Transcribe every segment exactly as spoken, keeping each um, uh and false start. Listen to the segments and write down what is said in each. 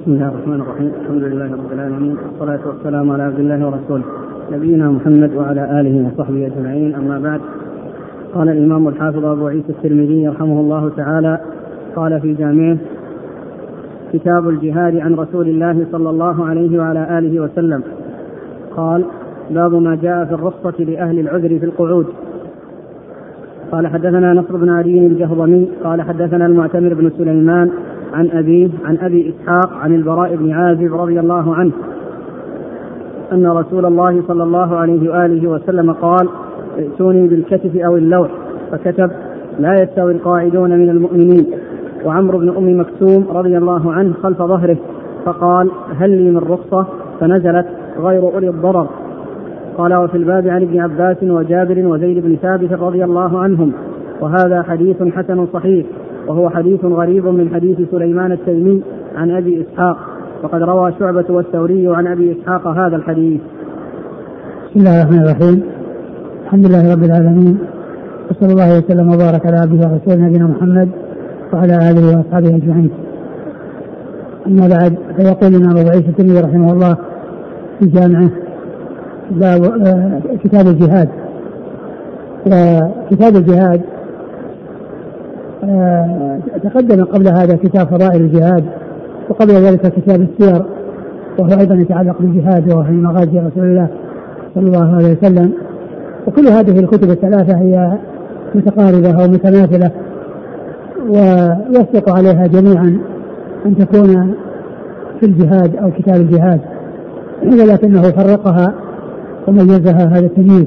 بسم الله الرحمن الرحيم. الحمد لله رب العالمين، والصلاة والسلام على عبد الله ورسوله نبينا محمد وعلى آله وصحبه أجمعين، أما بعد. قال الإمام الحافظ أبو عيسى الترمذي رحمه الله تعالى قال في جامعه: كتاب الجهاد عن رسول الله صلى الله عليه وعلى آله وسلم. قال: باب ما جاء في الرخصة لأهل العذر في القعود. قال: حدثنا نصر بن علي الجهضمي قال: حدثنا المعتمر بن سليمان عن أبيه عن أبي إسحاق عن البراء بن عازب رضي الله عنه أن رسول الله صلى الله عليه وآله وسلم قال: ائتوني بالكتف أو اللوح، فكتب: لا يستوي القاعدون من المؤمنين. وعمرو بن أم مكتوم رضي الله عنه خلف ظهره، فقال: هل لي من رخصة؟ فنزلت: غير أولي الضرر. قال: وفي الباب عن ابن عباس وجابر وزيد بن ثابت رضي الله عنهم. وهذا حديث حسن صحيح، وهو حديث غريب من حديث سليمان التيمي عن أبي إسحاق، وقد روى شعبة والثوري عن أبي إسحاق هذا الحديث. بسم الله الرحمن الرحيم. الحمد لله رب العالمين، وصلى الله وسلم وبارك على عبده ورسوله نبينا محمد وعلى آله وأصحابه أجمعين. أما بعد، فيقول الإمام أبو عيسى الترمذي رحمه الله في جامعه: باب كتاب الجهاد. وكتاب الجهاد تقدم قبل هذا كتاب فضائل الجهاد، وقبل ذلك كتاب السير، وهو أيضا يتعلق بالجهاد وهو مغازي رسول الله صلى الله عليه وسلم. وكل هذه الكتب الثلاثة هي متقاربة أو متماثلة، ويصدق عليها جميعا أن تكون في الجهاد أو كتاب الجهاد، ولكنه فرقها وميزها هذا التمييز.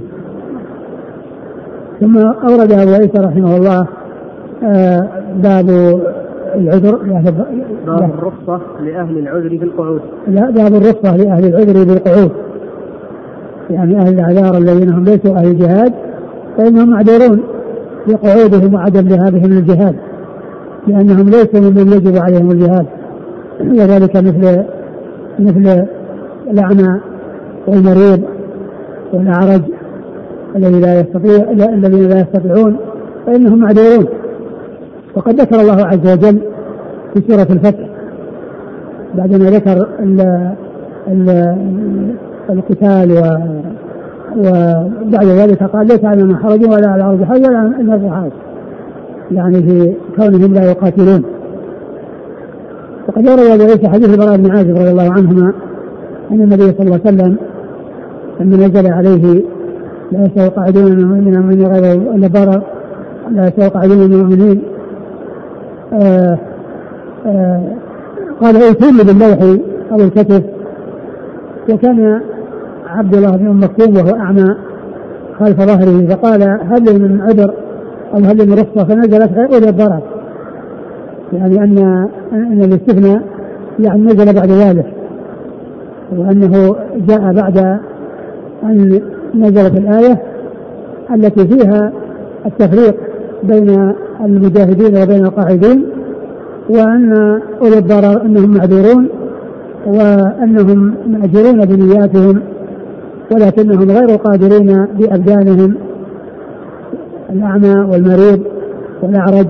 ثم أورد أبو عيسى رحمه الله باب العذر، باب الرخصة لأهل العذر في القعود. لا، باب الرخصة لأهل العذر بالقعود، يعني أهل الأعذار الذين هم ليسوا أهل الجهاد فإنهم معذورون بقعودهم وعدم ذهابهم للجهاد، لأنهم ليسوا ممن يجب عليهم الجهاد، وذلك مثل مثل الأعمى والمريض والأعرج الذين لا يستطيع الذين لا يستطيعون فإنهم معذورون. وقد ذكر الله عز وجل في سورة الفتح بعدما ذكر ال ال القتال و وبعد ذلك قال: ليس على من حرج ولا على الأرض حرج ولا على الناس حرج، يعني في كونهم لا يقاتلون. وقد روى أبو عيسى حديث البراء بن عازب رضي الله عنهما أن النبي صلى الله عليه وسلم لما نزل عليه: لا يستوي القاعدون من المؤمنين غير البر، لا يستوي القاعدون من المؤمنين، آه آه قال: ائتوني باللوح أو الكتف. وكان عبد الله بن أم مكتوم وهو أعمى خلف ظهره، فقال: هل لي من عذر أو هل لي من رخصة؟ فنزلت: غير أولي الضرر، يعني أن أن الاستثناء يعني نزل بعد ذلك، وأنه جاء بعد أن نزلت الآية التي فيها التفريق بين المجاهدين وبين القاعدين، وأن أولي الضرر أنهم معذورون وأنهم مأجورون بنياتهم ولكنهم غير قادرين بأبدانهم، الأعمى والمريض والأعرج.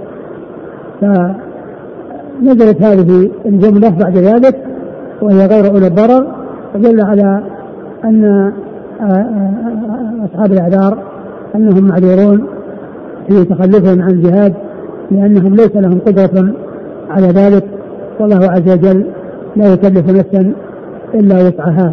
فنزلت هذه الجملة بعد ذلك وهي غير أولي الضرر، ودل على أن أصحاب الأعذار أنهم معذورون في تخلفهم عن الجهاد، لأنهم ليس لهم قدرة على ذلك، والله عز وجل لا يكلف نفسا إلا وسعها.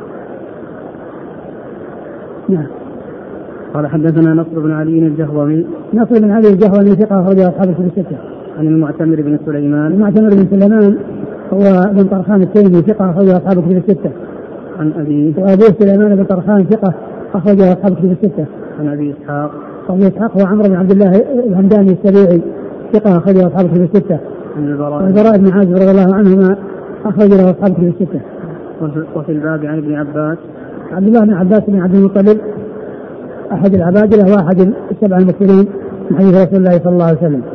نعم. قال: حدثنا نصر بن علي الجهضمي. نصر بن علي الجهضمي ثقة أخرجه أصحاب الكتب الستة. عن المعتمر بن سليمان. المعتمر بن سليمان هو بن طرخان التيمي ثقة أخرجه أصحاب الكتب الستة. عن أبيه. وأبوه سليمان بن طرخان ثقة أخرجه أصحاب الكتب الستة. عن أبي إسحاق. أبي إسحاق هو عمرو بن عبد الله الهمداني السبيعي ثقة أخرجه أصحاب الكتب الستة. عن البراء. والبراء بن عازب رضي الله عنهما أخرج له أصحاب الكتب الستة. وفي الباب عن ابن عباس. عبد الله بن عباس بن عبد المطلب أحد العبادلة واحد السبع المكثرين من حديث رسول الله صلى الله عليه وسلم.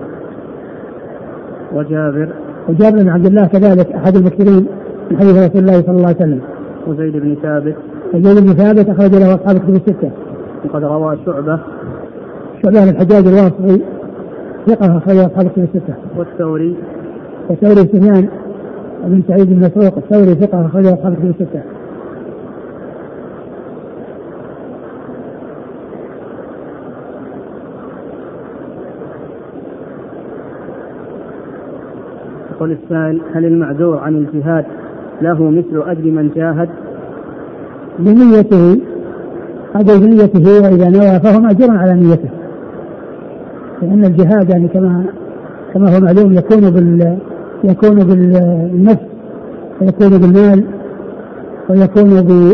وجابر. وجابر بن عبد الله كذلك أحد المكثرين من حديث رسول الله صلى الله عليه وسلم. وزيد بن ثابت. وزيد بن ثابت أخرج له أصحاب الكتب الستة. وقد روى شعبة. شعبة الحجاج الواسطي ثقة أخرج أصحاب الكتب الستة. والثوري. والثوري سفيان بن سعيد بن مسروق الثوري ثقة أخرجه أصحاب الكتب الستة. يقول السائل: هل المعذور عن الجهاد له مثل أجر من جاهد؟ بنيته، هذا بنيته، وإذا نوى فهو مأجور على نيته، لأن الجهاد يعني كما كما هو معلوم يكون بال يكون بالنفس، ويكون بالمال، ويكون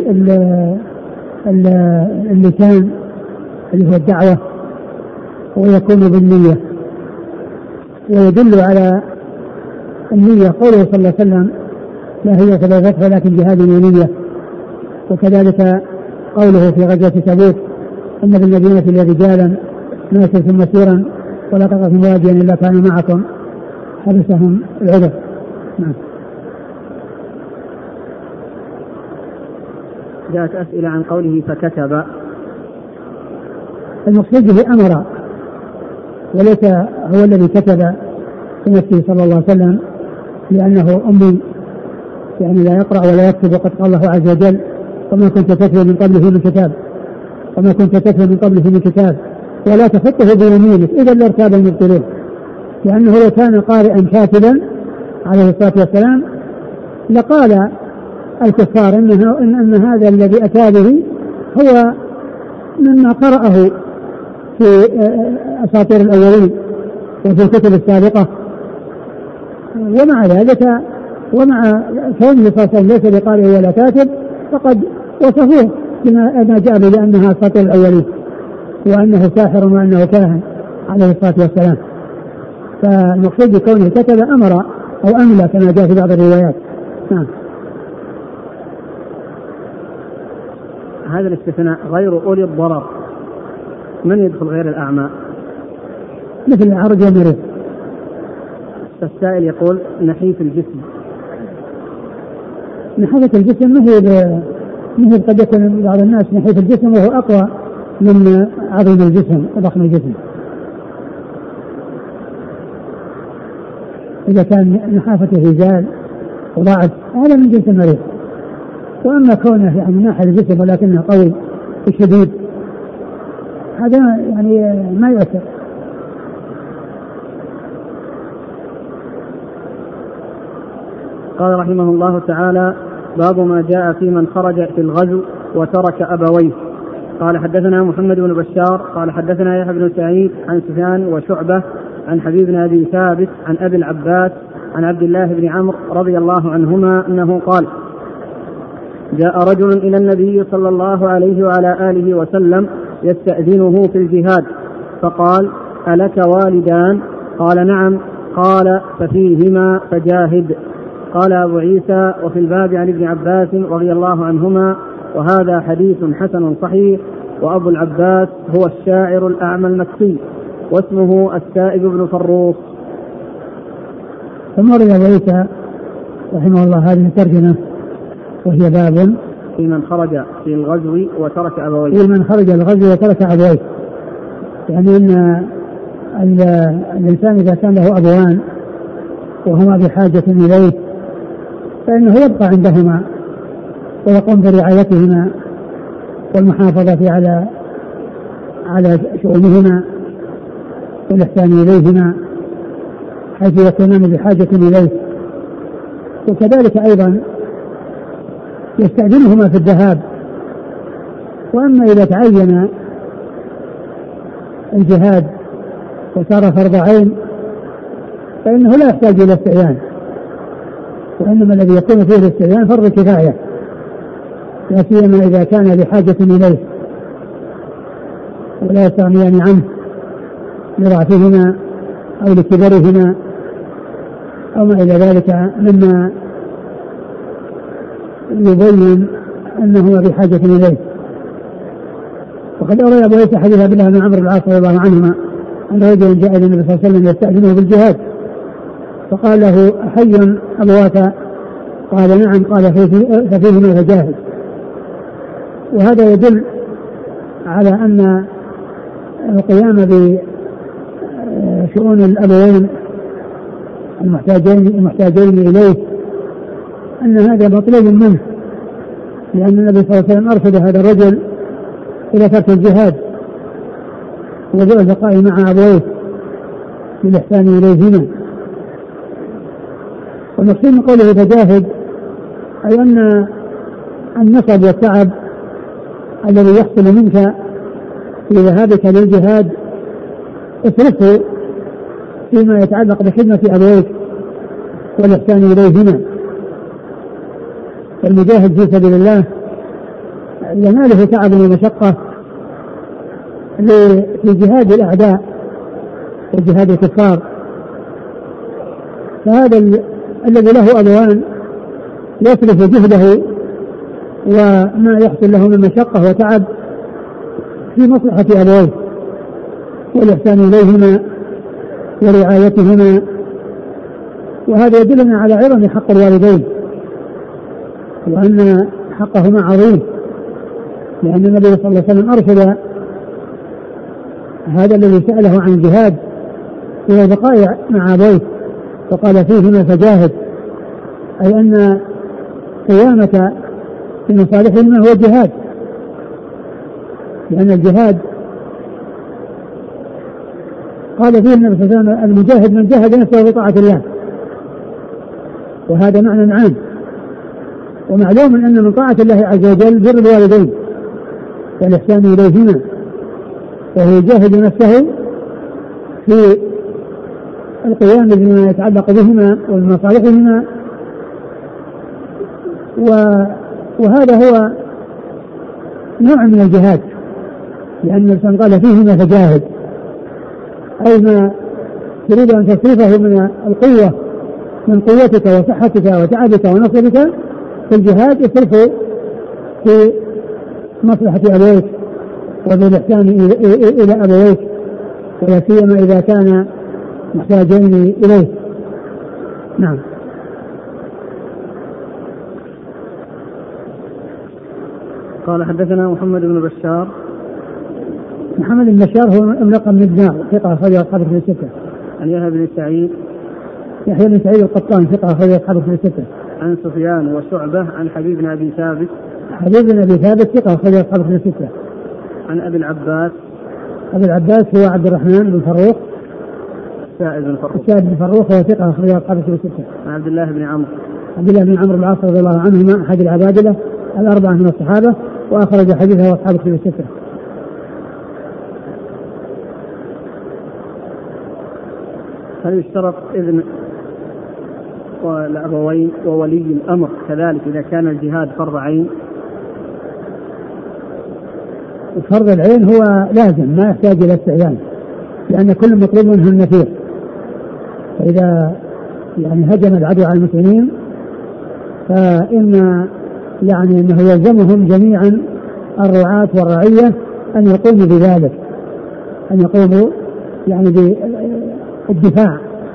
باللسان اللي هو الدعوة، ويكون بالنية. ويدل على النية قوله صلى الله عليه وسلم: لا هي فلا فتح ولكن جهاد ونية. وكذلك قوله في غزوة تبوك: إن بالمدينة لرجالا ما يسلكون مسيرا ولا تقفوا واديا إلا كانوا معكم حبسهم العذر. نعم. جاءت أسئلة عن قوله فكتب. المقصود به أمر، وليس هو الذي كتب في نفسه صلى الله عليه وسلم، لأنه أمي يعني لا يقرأ ولا يكتب، وقد قال الله عز وجل: وما كنت تتلو من قبله من كتاب وما كنت تتلو من قبله من كتاب ولا تخطه بيمينك إذا لارتاب المبطلون. لأنه لو كان قارئا كاتبا عليه الصلاة والسلام لقال الكفار إنه إن, إن هذا الذي أتى به هو مما قرأه في أساطير الأولين وفي الكتب السابقة. ومع ذلك ومع كونه صلى الله عليه وسلم ليس بقارئ ولا كاتب فقد وصفوه بما جاء به بأنها أساطير الأولين، وأنه ساحر وأنه كاهن عليه الصلاة والسلام. فالمقصود بكونه كتب أمر أو أملى كما جاء في بعض الروايات. نعم. هذا الاستثناء غير أولي الضرر، من يدخل غير الأعمى؟ مثل العرج والمريض. السائل يقول: نحيف الجسم. نحيف الجسم ما هي مثل قد يكون بعض الناس نحيف الجسم وهو أقوى من عظيم الجسم وضخم الجسم. إذا كان نحافته رجال وضعف هذا من جنس المريض. وأما كونه يعني ناحي الجسم ولكنه قوي وشديد هذا يعني ما يؤثر. قال رحمه الله تعالى: باب ما جاء في من خرج في الغزو وترك أبويه. قال: حدثنا محمد بن بشار قال حدثنا يحيى بن سعيد عن سفيان وشعبة عن حبيب بن أبي ثابت عن أبي العباس عن عبد الله بن عمرو رضي الله عنهما أنه قال: جاء رجل إلى النبي صلى الله عليه وعلى آله وسلم يستأذنه في الجهاد، فقال: ألك والدان؟ قال: نعم. قال: ففيهما فجاهد. قال أبو عيسى: وفي الباب عن ابن عباس رضي الله عنهما، وهذا حديث حسن صحيح. وأبو العباس هو الشاعر الأعمى المكي، واسمه السائب بن فروخ. ثم روى أبو عيسى رحمه الله هذه الترجمة، وهي باب في من خرج في الغزو وترك أبويه. في من خرج الغزو وترك أبويه، يعني أن الإنسان إذا كان له أبوان وهما بحاجة إليه فإنه يبقى عندهما ويقوم برعايتهما والمحافظة على على شؤونهما والإحسان إليهما حيث يكونان بحاجة إليه. وكذلك أيضا يستأذنهما في الذهاب. وأما إذا تعين الجهاد وصار فرض عين فإنه لا يحتاج إلى استئذان، وإنما الذي يكون فيه الاستئذان فرض كفاية، لا سيما إذا كان بحاجة إليه ولا يستغنيان عنه لضعفهما أو لكبرهما أو ما إلى ذلك مما يبين أنهما بحاجة إليه. وقد أروي أبو عيسى حديث عبد الله بن عمرو بن العاص رضي الله عنهما أن رجلا جاء إلى النبي صلى الله عليه وسلم يستأذنه بالجهاد، فقال له: أحي أبواك؟ قال: نعم. قال: ففيهما فجاهد. وهذا يدل على أن القيام بشؤون الأبوين المحتاجين المحتاجين إليه أن هذا مطلوب منه، لأن النبي صلى الله عليه وسلم أرشد هذا الرجل إلى ترك الجهاد والبقاء مع أبويه بالإحسان إليهما. والمقصود من قوله فجاهد أي أن النصب والتعب الذي يحصل منك في ذهابك للجهاد اصرفه فيما يتعلق بخدمة أبويك والإحسان إليهما. المجاهد في سبيل الله يناله تعب ومشقة في جهاد الأعداء وجهاد الكفار، فهذا الذي له أبوان يصرف جهده وما يحصل له من مشقة وتعب في مصلحة أبويه والإحسان إليهما ورعايتهما. وهذا يدلنا على عظم حق الوالدين وأن حقهما عظيم، لأن النبي صلى الله عليه وسلم أرشد هذا الذي سأله عن الجهاد إلى البقاء مع أبويه وقال فيهما فجاهد، أي أن قيامة بمصالحهما هو الجهاد، لأن الجهاد قال فيه النبي صلى الله عليه وسلم المجاهد من جاهد نفسه بطاعة الله، وهذا معنى عام. ومعلوم أن من طاعة الله عز وجل بر الوالدين والإحسان إليهما، وهو يجاهد نفسه في القيام بما يتعلق بهما وبمصالحهما، وهذا هو نوع من الجهاد، لأن الإنسان قال فيهما فجاهد، أي ما تريد أن تصرفه من القوة من قوتك وصحتك وتعبك ونصرك في الجهاد اصرفه في مصلحة أبويك وبالإحسان إلى أبويك، ولا سيما إذا كان محتاجين إليه. نعم. قال حدثنا محمد بن بشار. محمد بن بشار هو امرقم بن دينار ثقة أخرج أصحابه في الستة. عن يحيى بن سعيد. يحيى بن سعيد القطان ثقة أخرج أصحابه في الستة. عن سفيان وشعبة عن حبيب بن أبي ثابت. حبيب بن أبي ثابت ثقة أخرج أصحابه في الستة. عن أبي العباس. أبي العباس هو عبد الرحمن بن فروخ. السائب بن فروخ. السائب بن فروخ هو ثقة أخرج أصحابه في الستة. عن عبد الله بن عمرو. عبد الله بن عمرو بن العاص رضي الله عنهما أحد العبادلة الأربعة من الصحابة، وأخرج حديثه أصحابه في الستة. هل يشترط إذن الأبوين وولي الأمر كذلك إذا كان الجهاد فرض عين؟ فرض العين هو لازم ما يحتاج إلى استعلام، لأن كل مطلوب منه النفير، فإذا يعني هجم العدو على المسلمين فإن يعني أنه يلزمهم جميعا الرعاة والرعية أن يقوموا بذلك، أن يقوموا يعني بالدفاع.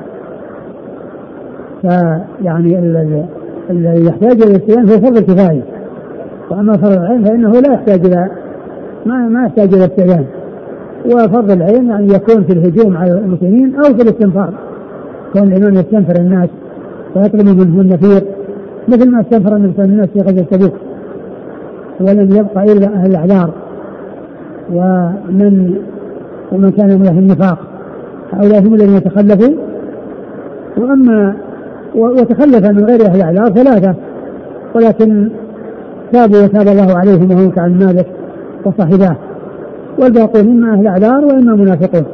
فيعني الذي يحتاج إلى الاستعلام هو فرض الكفاية، وأما فرض العين فإنه لا يحتاج إلى ما ما يحتاج إلى استعلام. وفرض العين يعني يكون في الهجوم على المسلمين أو في الاستنفار، كون الإمام يستنفر الناس ويطلب منهم النفير مثل ما استنفر الناس في غزوة تبوك، ولم يبقى إلا أهل الأعذار ومن ومن كان له النفاق، هؤلاء هم الذين يتخلفوا. وأما وتخلف من غير أهل الأعذار ثلاثة، ولكن تابوا وتاب الله عليهم وهم كعن مالك وصاحباه، والباقون إما أهل الأعذار وإما منافقون.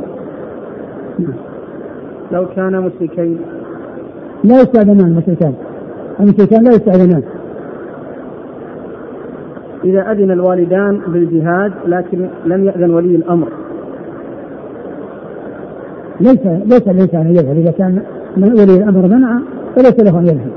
لو كان مشركين لا يستأذنان المشركان، المشركان لا يستأذنان. إذا أذن الوالدان بالجهاد لكن لم يأذن ولي الأمر ليس ليس الإنسان أن يذهب، إذا كان ولي الأمر منع فليس له أن يذهب،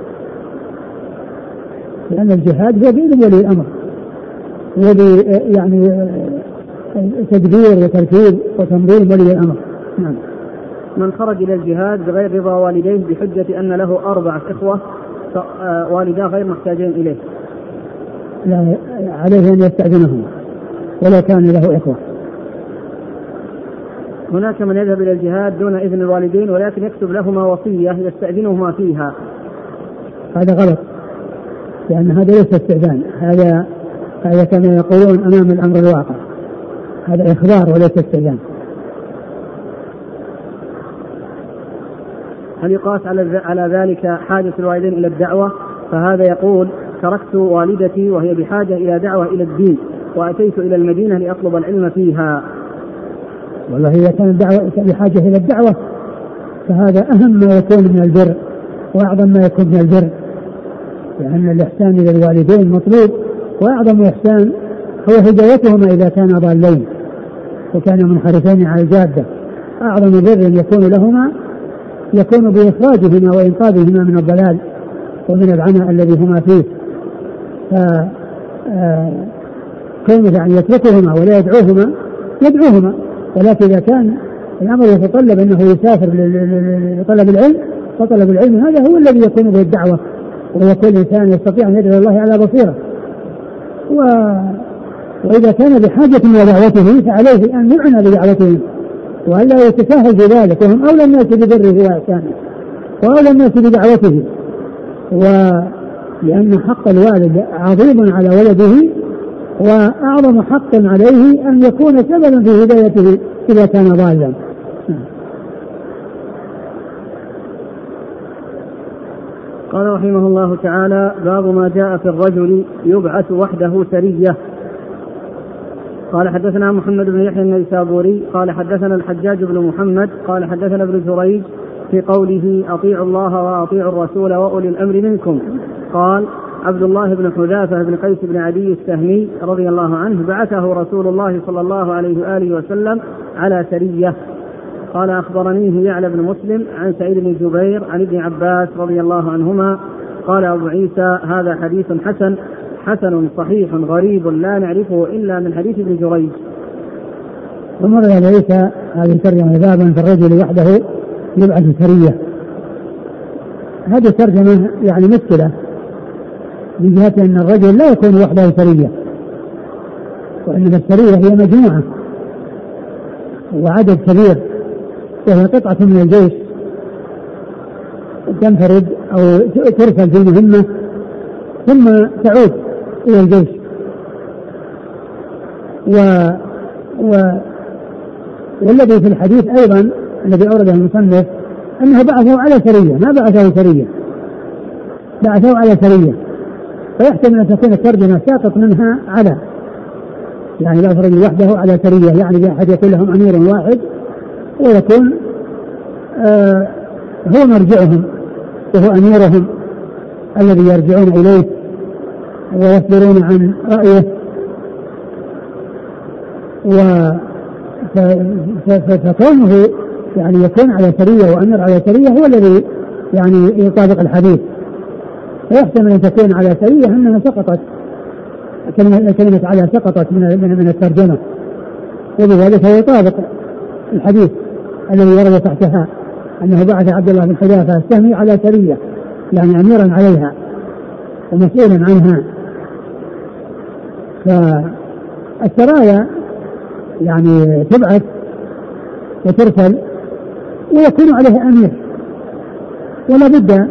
لأن الجهاد هو بإذن ولي الأمر وب يعني تدبير وترتيب وتنظيم ولي الأمر. نعم. من خرج إلى الجهاد بغير رضا والديه بحجة أن له أربع إخوة والداه غير محتاجين إليه، لا عليه أن يستأذنهم ولا كان له إخوة. هناك من يذهب إلى الجهاد دون إذن الوالدين ولكن يكتب لهما وصية يستأذنهما فيها، هذا غلط، لأن هذا ليس استئذان، هذا هذا كما يقولون أمام الأمر الواقع، هذا إخبار وليس استئذان. هل يقاس على على ذلك حاجة الوالدين إلى الدعوة؟ فهذا يقول: تركت والدتي وهي بحاجة إلى دعوة إلى الدين وأتيت إلى المدينة لأطلب العلم فيها. والله إذا كان الدعوة بحاجة إلى الدعوة فهذا أهم ما يكون من البر وأعظم ما يكون من البر، لأن الإحسان إلى الوالدين مطلوب، وأعظم إحسان هو هدايتهما إذا كانا ضالين وكانوا منحرفين على الجادة. أعظم بر يكون لهما يكون بإخراجهما وإنقاذهما من الضلال ومن العناء الذي هما فيه. فكونه يعني يتركهما ولا يدعوهما يدعوهما، ولكن إذا كان الأمر يتطلب أنه يسافر لطلب العلم فطلب العلم هذا هو الذي يكون به الدعوة، ويكون الإنسان يستطيع أن يدعو الله على بصيرة. و... وإذا كان بحاجة إلى دعوته فعليه أن يعنى بدعوتهم وألا يتساهل بذلك، وهم أولى الناس ببره وإحسانه وأولى الناس بدعوته. ولأن حق الوالد عظيم على ولده، وأعظم حق عليه أن يكون سببا في هدايته إذا كان ضالا. قال رحمه الله تعالى: باب ما جاء في الرجل يبعث وحده سرية. قال حدثنا محمد بن يحيى النيسابوري قال حدثنا الحجاج بن محمد قال حدثنا ابن جريج في قوله: أطيعوا الله وأطيعوا الرسول وأولي الأمر منكم. قال عبد الله بن حذافة بن قيس بن عدي السهمي رضي الله عنه: بعثه رسول الله صلى الله عليه وآله وسلم على سرية. قال أخبرنيه يعلى بن مسلم عن سعيد بن جبير عن ابن عباس رضي الله عنهما قال أبو عيسى: هذا حديث حسن حسن صحيح غريب لا نعرفه إلا من حديث ابن جريج. ومر أبو عيسى هذه ترجمة بابا في الرجل وحده يبعث سرية. هذه ترجمة يعني مشكلة من جهة أن الرجل لا يكون وحده سرية، وإنما السرية هي مجموعة وعدد كبير، وهي قطعة من الجيش تنفرد أو ترسل في المهمة ثم تعود إلى الجيش. و... و... والذي في الحديث أيضا الذي أورده المصنف أنه بعثه على سرية، ما بعثه سرية، بعثه على سرية، فيحتمل أن تكون الترجمة ساقط منها على، يعني بعث رجل وحده على سرية، يعني بأحد يكون لهم أمير واحد ويكون آه هو مرجعهم وهو أميرهم الذي يرجعون إليه ويصدرون عن رأيه. فكونه يعني يكون على سرية وأمير على سرية هو الذي يعني يطابق الحديث، فيحتمل أن تكون على سرية أنها سقطت، كلمة على سقطت من من الترجمة، وبذلك يطابق الحديث الذي ورد تحتها أنه بعث عبد الله بن حذافة السهمي على سرية، يعني أميرا عليها ومسؤولا عنها. فالسرايا يعني تبعث وترسل ويكون عليها أمير، ولا بد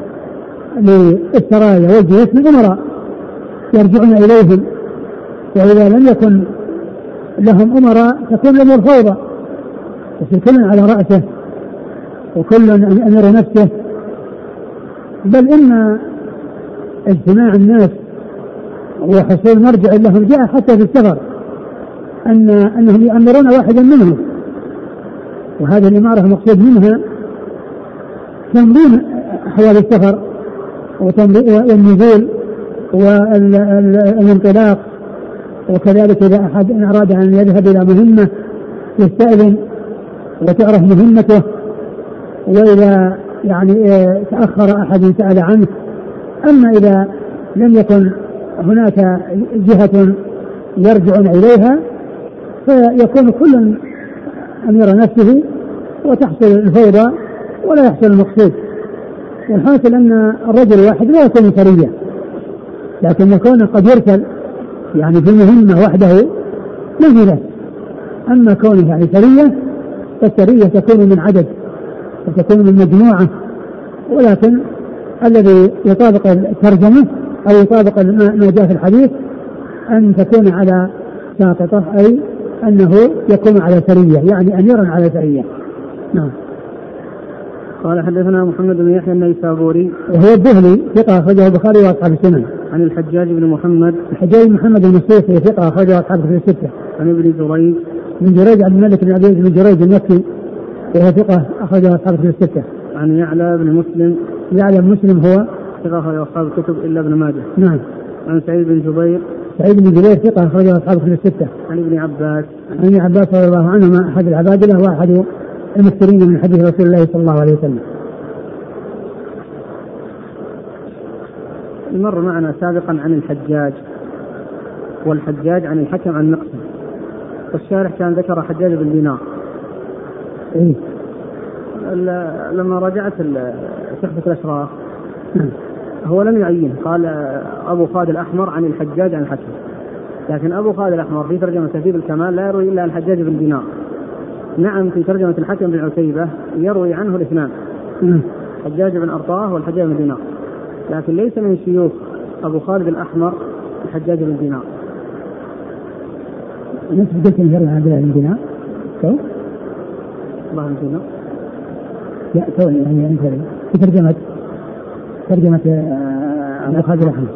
للسرايا والجيوش من أمراء يرجعون إليهم، وإذا لم يكن لهم أمراء تكون الأمور فوضى، يصير كل على رأسه وكل أمير نفسه. بل إن اجتماع الناس وحصول مرجع لهم جاء حتى في السفر أن أنهم يأمرون واحدا منهم، وهذه الإمارة المقصود منها تنظيم أحوال السفر والنزول والانطلاق، وكذلك إذا أحد أراد أن يذهب إلى مهمة يستأذن وتعرف مهمته، وإذا يعني تأخر أحد سأل عنه. أما إذا لم يكن هناك جهة يرجعون إليها فيكون كل أمير نفسه وتحصل الفوضى ولا يحصل المقصود. والحاصل أن الرجل الواحد لا يكون سرية، لكن يكون قد يرسل يعني في المهمة وحده ما في ذلك. أما كونه يعني سرية فالسرية تكون من عدد وتكون من مجموعة، ولكن الذي يطابق الترجمة أو يطابق ما جاء في الحديث أن تكون على ساقطة، أي أنه يكون على سرية، يعني أميرا على سرية. نعم. قال حدثنا محمد بن يحيى النيسابوري وهو الدهلي ثقة أخرجه البخاري وأصحاب السنن. عن الحجاج بن محمد الحجاج بن محمد بن الصيفي ثقة أخرجه أصحاب الكتب الستة. عن ابن جريج من جريج عبد الملك بن عبد بن جريج المكي وهو ثقة أخرجه أصحاب الكتب الستة. عن يعلى بن مسلم يعلى بن مسلم هو ثقة أخرجه أصحاب الكتب إلا ابن ماجه. نعم. عن سعيد بن جبير سعيد بن جبير ثقة أخرجه أصحاب الكتب الستة. عن ابن عباس عن ابن عباس رضي الله عنهما أحد العبادلة وأحد المكثرين من حديث رسول الله صلى الله عليه وسلم. مر معنا سابقا عن الحجاج، والحجاج عن الحكم عن مقسم، والشارح كان ذكر حجاج بن دينار. إيه؟ لما رجعت تحفة الأشراف هو لم يعين، قال أبو خالد الأحمر عن الحجاج عن الحكم، لكن أبو خالد الأحمر في ترجمة تهذيب الكمال لا يروي إلا الحجاج بن دينار. نعم في ترجمة الحكم بن عتيبة يروي عنه الاثنان، الحجاج بن أرطاه والحجاج بن دينار، لكن ليس من شيوخ أبو خالد الأحمر الحجاج بن دينار. نفس قلت يروي عن عبد الله بن دينار تو الله بن دينار لا تو يعني أنت في ترجمة ترجمة أبو خالد الأحمر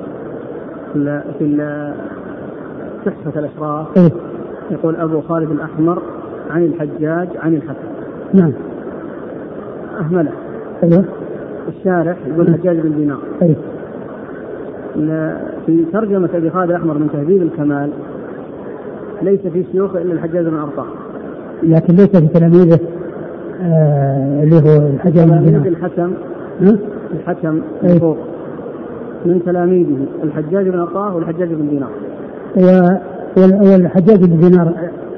في تحفة الأشراف إيه؟ يقول أبو خالد الأحمر عن الحجاج عن الحكم. نعم. أهمله. أيوه. الشارح يقول الحجاج بن دينار. أيوه. في ترجمة أبي خالد الأحمر من تهذيب الكمال ليس في شيوخ إلا الحجاج بن أرطاه، لكن ليس في تلاميذه آه اللي هو الحجاج بن دينار. الحكم ها؟ الحكم أيه؟ فوق من تلاميذه الحجاج بن أرطاه والحجاج بن دينار. والحجاج بن دينار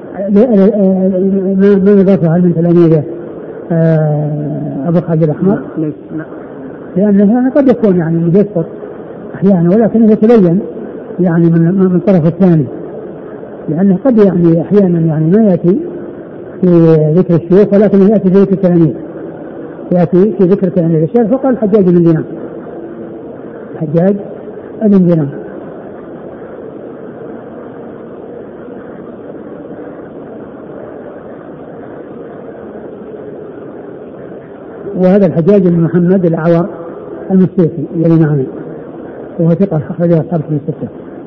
ما نضافه من تلاميذه أبو خالد الأحمر؟ ليس لا، لأنه قد يكون يعني يسقط أحيانا، ولكن يتبين يعني من من الطرف الثاني، لأنه قد يعني أحيانا يعني ما يأتي في ذكر الشيوخ ولكن يأتي في ذكر التلاميذ، يأتي في ذكر التلاميذ. الشيخ فقال الحجاج بن دينار، الحجاج بن دينار. وهذا الحجاج بن محمد الأعور المستيفي الذي معنا وهو ثقة أخرجه أصحاب الكتب الستة.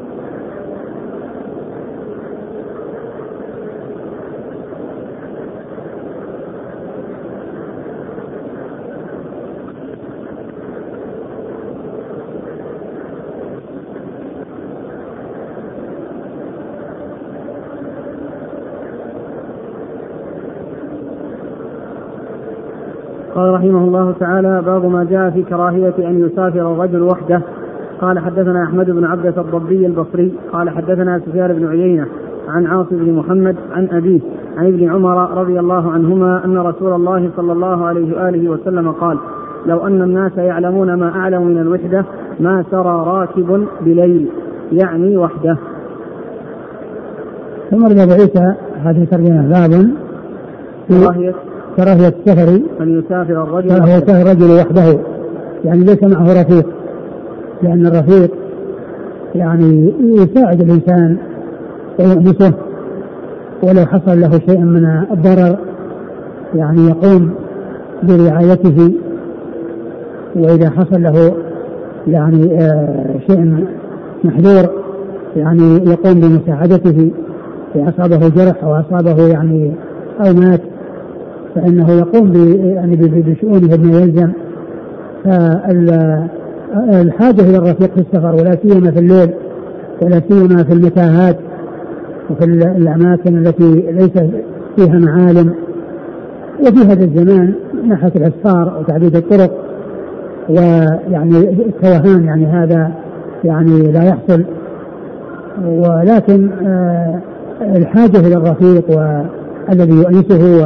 قال رحمه الله تعالى: باب ما جاء في كراهية أن يسافر الرجل وحده. قال حدثنا أحمد بن عبدة الضبي البصري قال حدثنا سفيان بن عيينة عن عاصم بن محمد عن أبيه عن ابن عمر رضي الله عنهما أن رسول الله صلى الله عليه وآله وسلم قال: لو أن الناس يعلمون ما أعلم من الوحدة ما سرى راكب بليل، يعني وحده. ثم رد أبو عيسى هذه ترجمة باب كراهية كراهية السفر أن يسافر الرجل كراهية الرجل وحده، يعني ليس معه رفيق، لأن الرفيق يعني يساعد الإنسان ويؤنسه، ولو حصل له شيء من الضرر يعني يقوم برعايته، وإذا حصل له يعني آه شيء محذور يعني يقوم بمساعدته، إذا أصابه جرح أو أصابه يعني أو مات فإنه يقوم يعني بشؤونه بما يلزم. فالحاجة إلى الرفيق في السفر ولا سيما في الليل ولا سيما في المتاهات وفي الأماكن التي ليس فيها معالم، وفي هذا الزمان من ناحية الأسفار وتعديد الطرق ويعني التوهان، يعني هذا يعني لا يحصل. ولكن آه الحاجة إلى الرفيق والذي يؤنسه،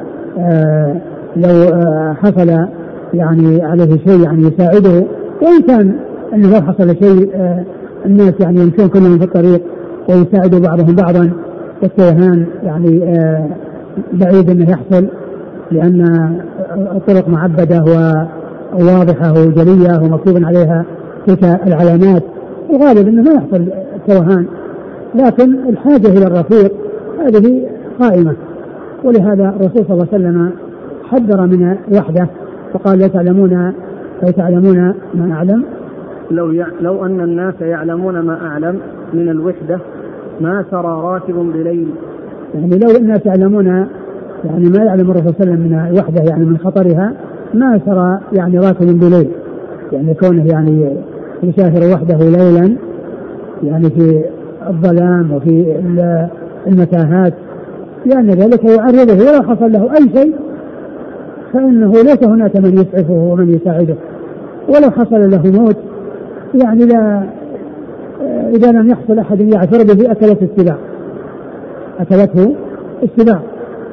ولو آه حصل يعني عليه شيء يعني يساعده، وإن كان أنه لو حصل شيء آه الناس يعني يمشون كلهم في الطريق ويساعدوا بعضهم بعضا، والتوهان يعني آه بعيد أنه يحصل، لأن الطرق معبدة وواضحة وجلية ومكتوب عليها تلك العلامات الغالب أنه ما يحصل توهان، لكن الحاجة إلى الرفيق هذه قائمة. ولهذا الرسول صلى الله عليه وسلم حذر من وحده فقال لا تعلمون لا تعلمون ما أعلم. لو, يع... لو أن الناس يعلمون ما أعلم من الوحدة ما سرى راكب بليل. يعني لو الناس يعلمون يعني ما يعلم الرسول صلى الله عليه وسلم من الوحدة يعني من خطرها ما سرى يعني راكب بليل، يعني كونه يعني يسافر وحده ليلا يعني في الظلام وفي المتاهات، لأن ذلك يعرضه ولا حصل له أي شيء فإنه ليس هناك من يسعفه ومن يساعده، ولو حصل له موت يعني لا إذا لم يحصل أحد يعثر به أكلته السباع أكلته السباع.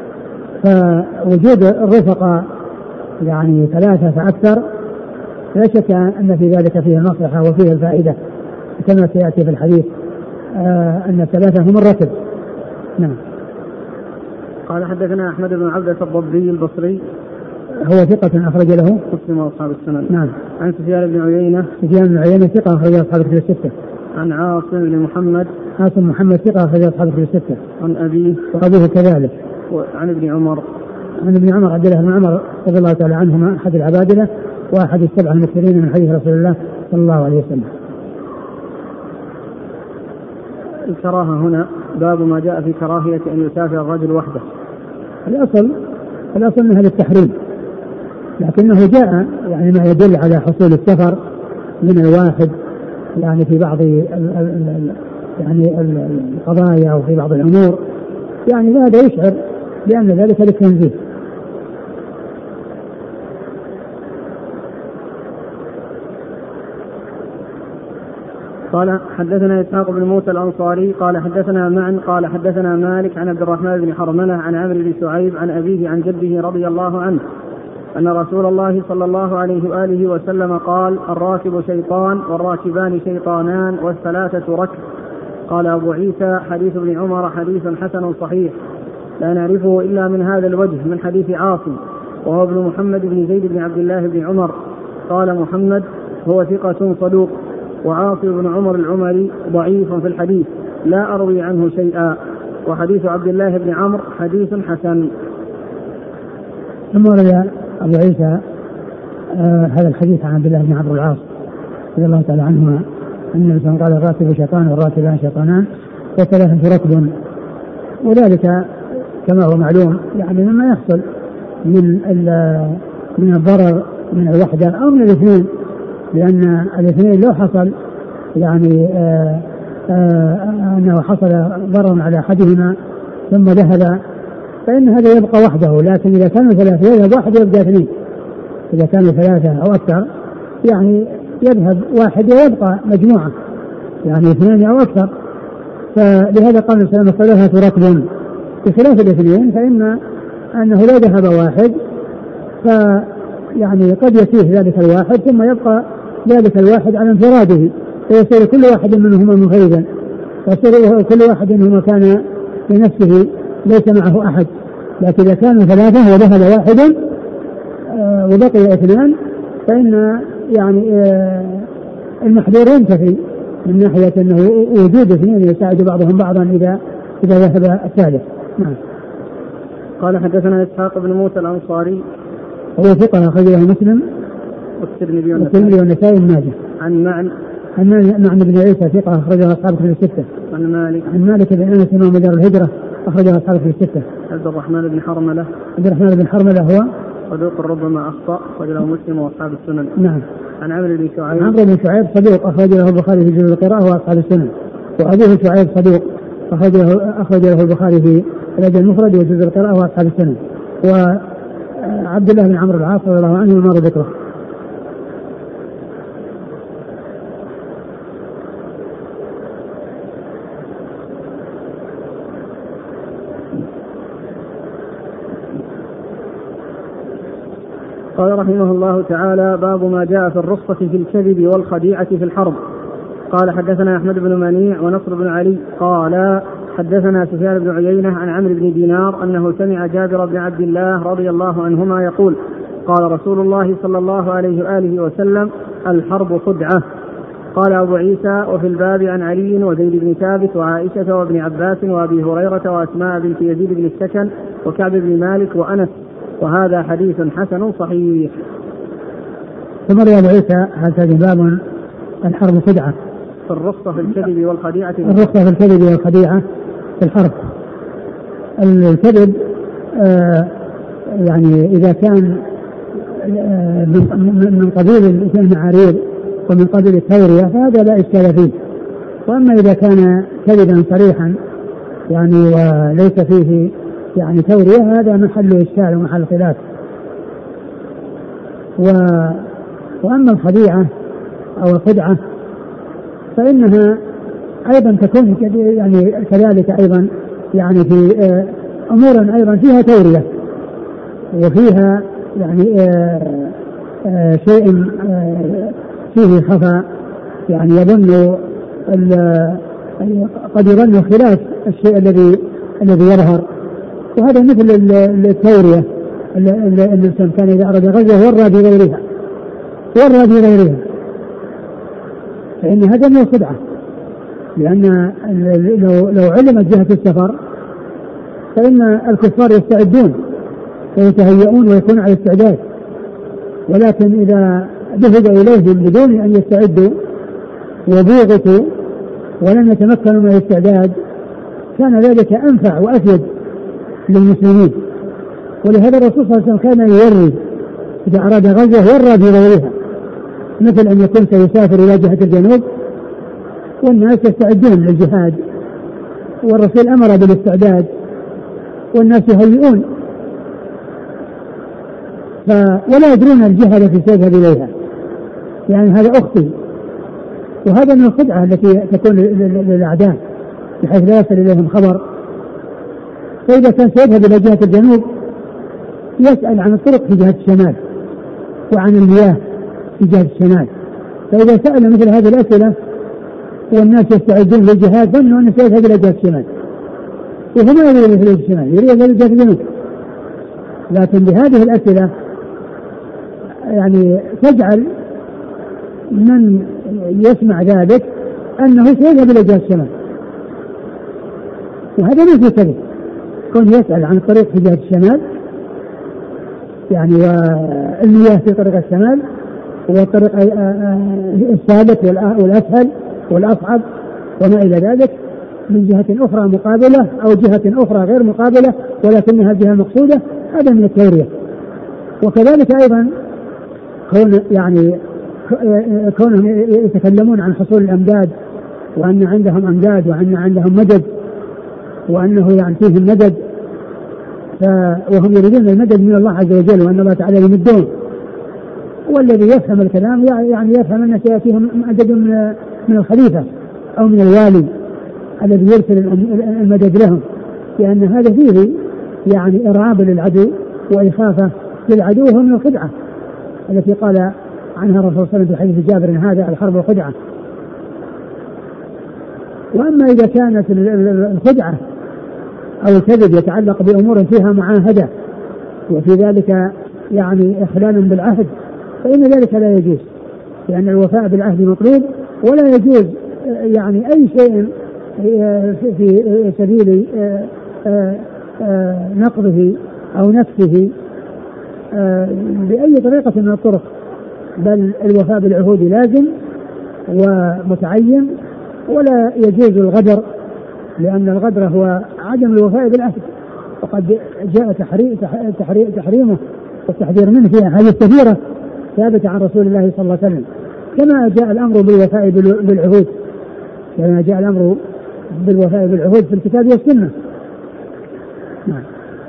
فوجود الرفقة يعني ثلاثة فأكثر لا شك أن في ذلك فيه المصلحة وفيه الفائدة كما سيأتي في الحديث آه أن الثلاثة هم الركب. نعم. قال حدثنا أحمد بن عبدة الضبي البصري هو ثقة أخرج له مسلم وأصحاب السنن. نعم. عن سفيان بن عيينة سفيان بن عيينة ثقة أخرج أصحاب الكتب الستة. عن عاصم بن محمد عاصم محمد ثقة أخرج أصحاب الكتب الستة. عن أبيه وأبيه كذلك. وعن ابن عمر عن ابن عمر عبد الله بن عمر رضي الله تعالى عنهما أحد العبادلة وأحد السبع المكثرين من حديث رسول الله صلى الله عليه وسلم. الكراهة هنا باب ما جاء في كراهية أن يسافر الرجل وحده. الأصل الأصل أنها للتحريم، لكنه جاء يعني ما يدل على حصول السفر من الواحد يعني في بعض ال ال يعني القضايا أو في بعض الأمور، يعني هذا يشعر بأن ذلك للتنزيه. قال حدثنا إسحاق بن موسى الأنصاري قال حدثنا معن قال حدثنا مالك عن عبد الرحمن بن حرملة عن عمرو بن شعيب عن أبيه عن جده رضي الله عنه أن رسول الله صلى الله عليه وآله وسلم قال الراكب شيطان والراكبان شيطانان والثلاثة ركب. قال أبو عيسى حديث ابن عمر حديث حسن صحيح لا نعرفه إلا من هذا الوجه من حديث عاصم وهو ابن محمد بن زيد بن عبد الله بن عمر. قال محمد هو ثقة صدوق وعاصم بن عمر العمري ضعيف في الحديث لا أروي عنه شيئا. وحديث عبد الله بن عمرو حديث حسن. ثم روى أبو عيسى آه هذا الحديث عن عبد الله بن عمرو العاص رضي الله تعالى عنهما أن النبي صلى الله عليه وسلم قال الراكب شيطان والراكبان شيطانان وثلاثة ركب، وذلك كما هو معلوم يعني مما يحصل من من الضرر من الوحدة أو من الاثنين، لأن الاثنين لو حصل يعني آآ آآ أنه حصل ضرر على أحدهما ثم ذهب فإن هذا يبقى وحده، لكن إذا كانوا ثلاثة يذهب واحد يبقى اثنين، إذا كانوا ثلاثة أو أكثر يعني يذهب واحد ويبقى مجموعة يعني اثنين أو أكثر. فلهذا قال النبي صلى الله عليه وسلم ثلاثة ركب بخلاف الاثنين، فإن أنه لو ذهب واحد فيعني قد يسيه ذلك الواحد ثم يبقى ذلك الواحد على انفراده فيصير كل واحد منهما منفردا، ويصير كل واحد منهما كان لنفسه ليس معه أحد. لكن إذا كانوا ثلاثة وذهب واحد آه وبقي اثنان فإن يعني آه المحذور ينتفي من ناحية أنه وجود اثنين يساعد بعضهم بعضا إذا إذا ذهب الثالث. نعم. قال حدثنا إسحاق بن موسى الأنصاري هو ثقة أخرجه مسلم والترمذي والنسائي بن ماجه. عن معن عن معن بن عيسى ثقة أخرجه أصحاب الكتب الستة. عن مالك عن مالك بن أنس إمام دار الهجرة أخرجه أصحاب الكتب الستة. عبد الرحمن بن حرملة عبد الرحمن بن حرملة هو صدوق ربما أخطأ أخرجه مسلم وأصحاب السنن. نعم. عن عمرو بن شعيب عمرو بن شعيب صدوق أخرجه البخاري في جزء القراءة وأصحاب السنن، وأبوه شعيب صدوق أخرجه أخرجه البخاري في الأدب المفرد وجزء القراءة وأصحاب السنن. وعبد الله بن عمرو العاص رضي الله عنه مر ذكره. قال رحمه الله تعالى باب ما جاء في الرخصة في الكذب والخديعة في الحرب. قال حدثنا أحمد بن منيع ونصر بن علي قال حدثنا سفيان بن عيينة عن عمرو بن دينار أنه سمع جابر بن عبد الله رضي الله عنهما يقول قال رسول الله صلى الله عليه وآله وسلم الحرب خدعة. قال أبو عيسى: وفي الباب عن علي وزيد بن ثابت وعائشة وابن عباس وأبي هريرة وأسماء بنت يزيد بن السكن وكعب بن مالك وأنس، وهذا حديث حسن صحيح. ثم روى أبو عيسى هذا باب الحرب خدعة، في الرخصة في الكذب والخديعة. الرخصة في الكذب والخديعة في الحرب. الكذب آه يعني إذا كان آه من قبيل المعاريض ومن قبيل التورية فهذا لا إشكال فيه. وأما إذا كان كذبا صريحا يعني وليس فيه يعني تورية هذا محل إشكال ومحل خلاف. و وأما الخديعة أو الخدعة فإنها أيضا تكون يعني كذلك أيضا يعني في أمور أيضا فيها تورية وفيها يعني شيء فيه خفاء، يعني يظن قد يظن خلاف الشيء الذي الذي يظهر، وهذا مثل التورية. الإنسان كان إذا أراد غزوة ورى بغيرها ورى بغيرها فإن هذا من الخدعة، لأن لو لو علمت جهة السفر فإن الكفار يستعدون ويتهيئون ويكون على استعداد، ولكن إذا ذهب إليهم بدون أن يستعدوا وبوغتوا ولم يتمكنوا من الاستعداد كان ذلك أنفع وأفيد للمسلمين. ولهذا الرسول صلى الله عليه وسلم كان يوري إذا أراد غزوة ورى بغيرها، مثل أن يكون سيسافر إلى جهة الجنوب والناس يستعدون للجهاد والرسول أمر بالاستعداد والناس يهيئون ف... ولا يدرون الجهة التي سيذهب إليها، يعني هذا أخطي. وهذا من الخدعة التي تكون للأعداء بحيث لا يصل إليهم خبر. فإذا كان سيذهب إلى جهة الجنوب يسأل عن الطرق في جهة الشمال وعن المياه في جهة الشمال، فإذا سأل مثل هذه الأسئلة والناس يستعدون للجهاد ظنوا أنه سيذهب إلى جهة الشمال، وهو ما يريد إلى جهة الشمال، يريد إلى جهة الجنوب. لكن بهذه الأسئلة يعني تجعل من يسمع ذلك أنه سيذهب إلى جهة الشمال، وهذا ليس كذب. كون يسأل عن الطريق في جهة الشمال يعني والمياه في طريق الشمال والطريق الثابت والأسهل والأصعب وما إلى ذلك من جهة أخرى مقابلة أو جهة أخرى غير مقابلة ولكنها جهة مقصودة، هذا من التورية. وكذلك أيضا كون يعني كونهم يتكلمون عن حصول الأمداد وأن عندهم أمداد وأن عندهم مدد وأنه يعني فيهم مدد وهم يريدون المدد من الله عز وجل وأن الله تعالى يمدون، والذي يفهم الكلام يعني يفهم أن سيأتيهم مدد من الخليفة أو من الوالي الذي يرسل المدد لهم، لأن هذا فيه يعني إرعاب للعدو وإخافة للعدو وهو من الخدعة التي قال عنها الرسول صلى الله عليه وسلم في حديث جابر هذا الحرب خدعة. وأما إذا كانت الخدعة أو الكذب يتعلق بأمور فيها معاهدة وفي ذلك يعني إخلال بالعهد فإن ذلك لا يجوز، لأن الوفاء بالعهد مطلوب، ولا يجوز يعني أي شيء في سبيل نقضه أو نفسه بأي طريقة من الطرق، بل الوفاء بالعهود لازم ومتعين، ولا يجوز الغدر، لأن الغدر هو عدم الوفاء بالعهد، وقد جاء تحريم تحريم تحريمه والتحذير منه في أحاديث كثيرة ثابتة عن رسول الله صلى الله عليه وسلم، كما جاء الأمر بالوفاء بالعهود كما جاء الأمر بالوفاء بالعهود في الكتاب والسنة. نعم.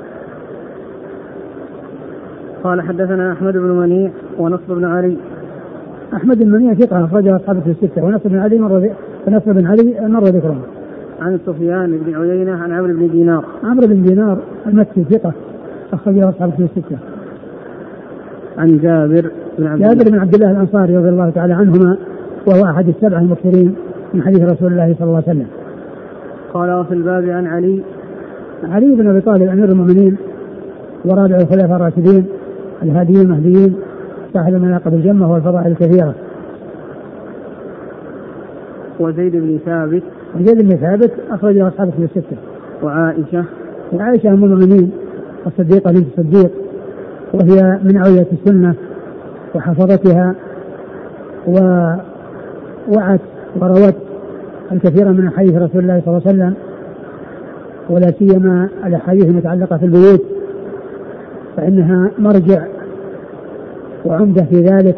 قال حدثنا أحمد بن منيع ونصر بن علي. أحمد بن منيع ثقة أخرجه أصحابه في الستة، ونصر بن علي مر ونصر بن علي مر ذكره. عن سفيان بن عيينة عن عمرو بن دينار. عمرو بن دينار المكي ثقة أخرجه أصحابه في الستة. عن جابر بن عبد جابر بن عبد الله الأنصاري رضي الله تعالى عنهما، وهو أحد السبعة المكثرين من حديث رسول الله صلى الله عليه وسلم. قال وفي الباب عن علي. علي بن أبي طالب أمير المؤمنين ورابع الخلفاء الراشدين الهاديين المهديين صاحب المناقب الجمة والفضائل الكثيرة. وزيد بن ثابت. وزيد بن ثابت أخرجه أصحاب في الستة. وعائشة. وعائشة أم المؤمنين الصديقة بنت الصديق، وهي من أولياء السنة وحفظتها، ووعت وروت الكثير من حديث رسول الله صلى الله عليه وسلم، ولا سيما الأحاديث المتعلقة في البيوت، فإنها مرجع وعمدة في ذلك،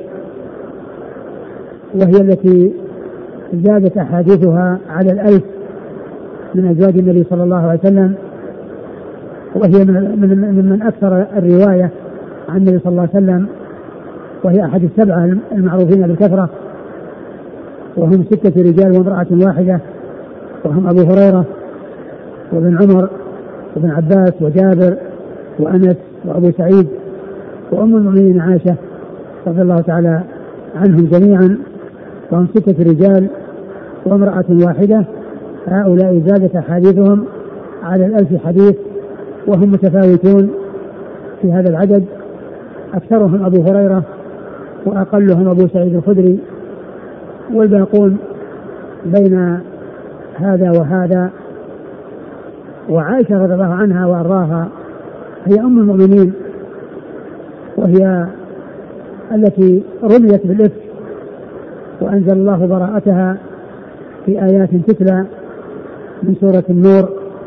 وهي التي زادت أحاديثها على الألف من أزواج النبي صلى الله عليه وسلم، وهي من, من, من أكثر الرواية عن النبي صلى الله عليه وسلم، وهي أحد السبعة المعروفين بالكثرة، وهم ستة رجال وامرأة واحدة، وهم أبو هريرة وابن عمر وابن عباس وجابر وأنس وأبو سعيد وأم المؤمنين عائشة رضي الله تعالى عنهم جميعا، وهم ستة رجال وامرأة واحدة. هؤلاء زادت أحاديثهم على الألف حديث، وهم متفاوتون في هذا العدد، أكثرهم أبو هريرة وأقلهم أبو سعيد الخدري، والباقون بين هذا وهذا. وعائشة رضي الله عنها وأرضاها هي أم المؤمنين، وهي التي رميت بالإفك وأنزل الله براءتها في آيات تتلى من سورة النور،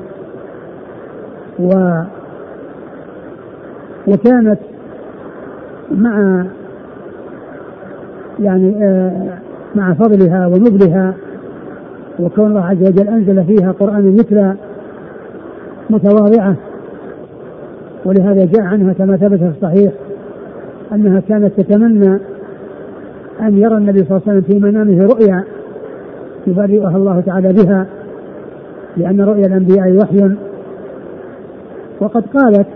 و وكانت مع يعني آه مع فضلها ونبلها، وكون الله عز وجل أنزل فيها قرآن يتلى متواضعة، ولهذا جاء عنها كما ثبت في الصحيح أنها كانت تتمنى أن يرى النبي صلى الله عليه وسلم في منامه رؤيا يبرئها الله تعالى بها، لأن رؤيا الأنبياء وحي. وقد قالت: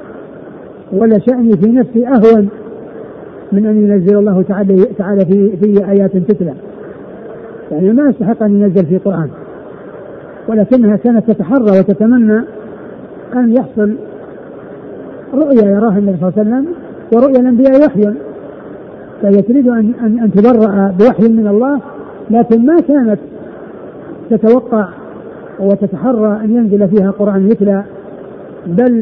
ولا شأني في نفسي أهون من أن ينزل الله تعالى, تعالى في, في آيات تتلى، يعني ما يستحق أن ينزل في قرآن، ولكنها كانت تتحرى وتتمنى أن يحصل رؤيا يراها النبي صلى الله عليه وسلم، ورؤيا الأنبياء وحي، فهي تريد أن, أن, أن تبرأ بوحي من الله، لكن ما كانت تتوقع وتتحرى أن ينزل فيها قرآن يتلى، بل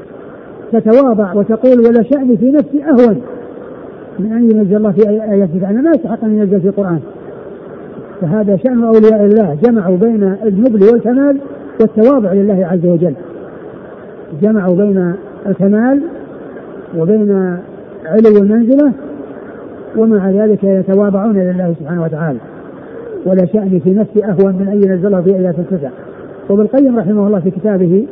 تتواضع وتقول: ولا شأني في نفسي أهون من أن ينزل الله في آيات تتلى، أنا ما يستحق أن ينزل في قرآن. فهذا شأن أولياء الله، جمعوا بين النبل والكمال والتواضع لله عز وجل، جمعوا بين الكمال وبين علو المنزلة، ومع ذلك يتواضعون لله سبحانه وتعالى. ولا شأني في نفسي أهون من أن ينزله في آيات تتلى. وابن القيم رحمه الله في كتابه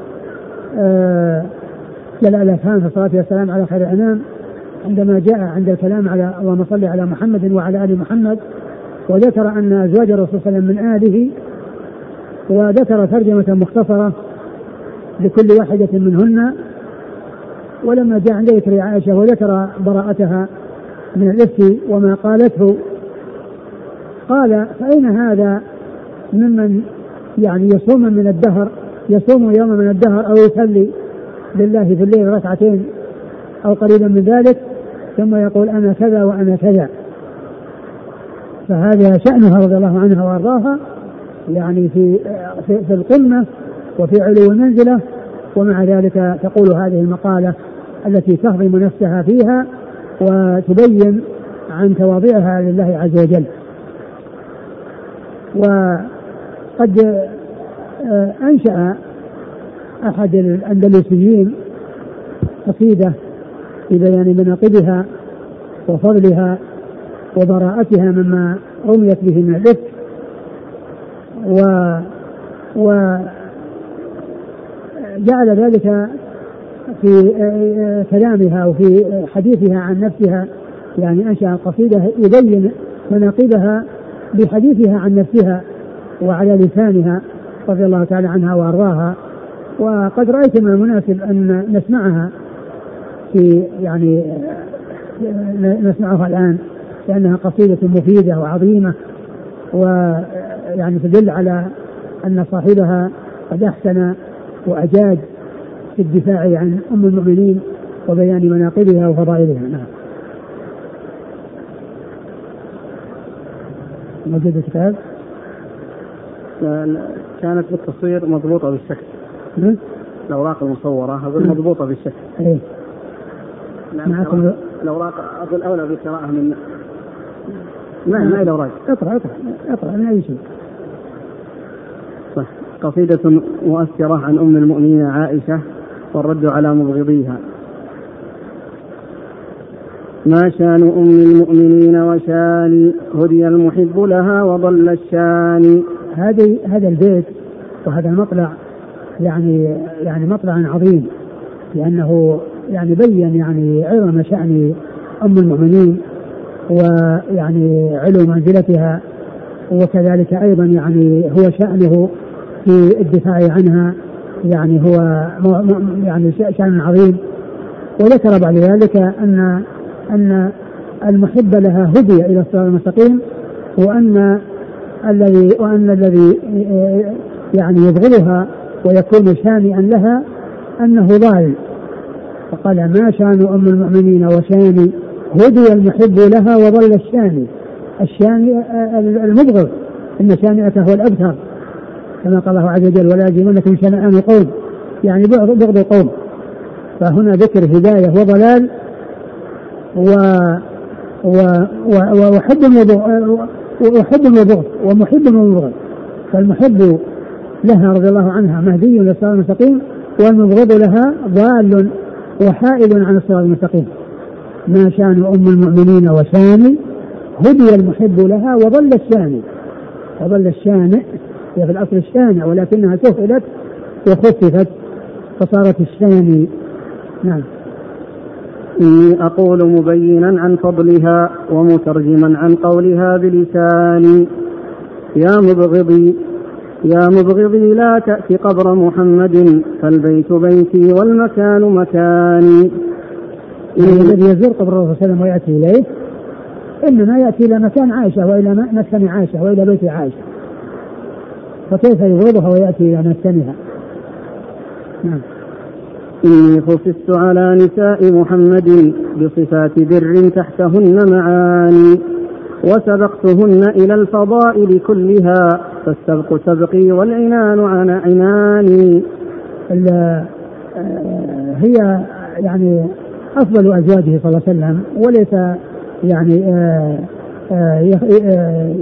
آه جلاء الأفهام في الصلاة والسلام على خير الأنام، عندما جاء عند الكلام على اللهم صل على محمد وعلى آل محمد، وذكر أن أزواج الرسول صلى الله عليه وسلم من آله، وذكر ترجمة مختصرة لكل واحدة منهن. ولما جاء عند ذكر عائشة وذكر براءتها من الإفك وما قالته، قال: فأين هذا ممن يعني يصوم من الدهر، يصوم يوم من الدهر أو يصلي لله في الليل ركعتين أو قريبا من ذلك، ثم يقول أنا كذا وأنا كذا. فهذا شأنها رضي الله عنها وأرضاها، يعني في, في, في القمة وفي علو المنزلة، ومع ذلك تقول هذه المقالة التي تهضم نفسها فيها وتبين عن تواضعها لله عز وجل. وقد أنشأ أحد الأندلسيين قصيدة في بيان مناقبها وفضلها وبراءتها مما رميت به من الإفك، و وجعل ذلك في كلامها وفي حديثها عن نفسها، يعني أنشأ قصيدة يبين مناقبها بحديثها عن نفسها وعلى لسانها رضي الله تعالى عنها وأرضاها. وقد رأيت من المناسب أن نسمعها في يعني نسمعها الآن، لأنها قصيدة مفيدة وعظيمة، ويعني تدل على أن صاحبها قد أحسن وأجاد في الدفاع عن أم المؤمنين وبيان مناقبها وفضائلها. نعم. موجود الكتاب؟ كانت بالتصوير مضبوطة بالشكل. الأوراق المصورة أقول مضبوطة بالشكل. إيه. معكم الأوراق أقول أولى بالقراءة من ما ما الأوراق. اقرأ اقرأ اقرأ من أي شيء. صح. قصيدة مؤثرة عن أم المؤمنين عائشة والرد على مبغضيها. ما شان أم المؤمنين وشان هدي المحب لها وضل الشان. هذه هذا البيت وهذا المطلع يعني يعني مطلع عظيم، لأنه يعني بين يعني عظم شأن أم المؤمنين ويعني علو منزلتها، وكذلك أيضا يعني هو شأنه في الدفاع عنها، يعني هو يعني شأن عظيم. وذكر بعد ذلك أن أن المحب لها هدي إلى الصراط المستقيم، وأن الذي وأن الذي يعني يبغضها ويكون شانئا لها أنه ضال. فقال ما شان أم المؤمنين وشان هدي المحب لها وضل الشان. الشان المبغض، إن شانئته هو الأبتر، كما قال الله عز وجل ولا يجرمنكم شنآن قوم، يعني بغض القوم. فهنا ذكر هداية وضلال و وحب وحب وبغض ومحب ومبغض. فالمحب لها رضي الله عنها مهدي للصراط المستقيم، والمبغض لها ضال وحائل عن الصراط المستقيم. ما شان أم المؤمنين وشان هدي المحب لها وضل الشان. وضل الشانئ هي في الأصل الشانع، ولكنها سهلت وخففت فصارت الشاني. نعم. إني أقول مبينا عن فضلها ومترجما عن قولها بلساني. يا مبغضي يا مبغضي لا تأتي قبر محمد، فالبيت بيتي والمكان مكاني. الذي يزور قبر الرسول صلى الله عليه وسلم ويأتي إليه إنما يأتي إلى مكان عائشة وإلى مسكن عائشة وإلى بيت عائشة، فكيف يبغضها ويأتي إلى مسكنها؟ نعم. إني خففت على نساء محمد بصفات بر تحتهن معاني، وسبقتهن إلى الفضائل كلها، فالسبق سبقي والعنان عن عناني. هي يعني أفضل أزواجه صلى الله عليه وسلم، وليس يعني آآ آآ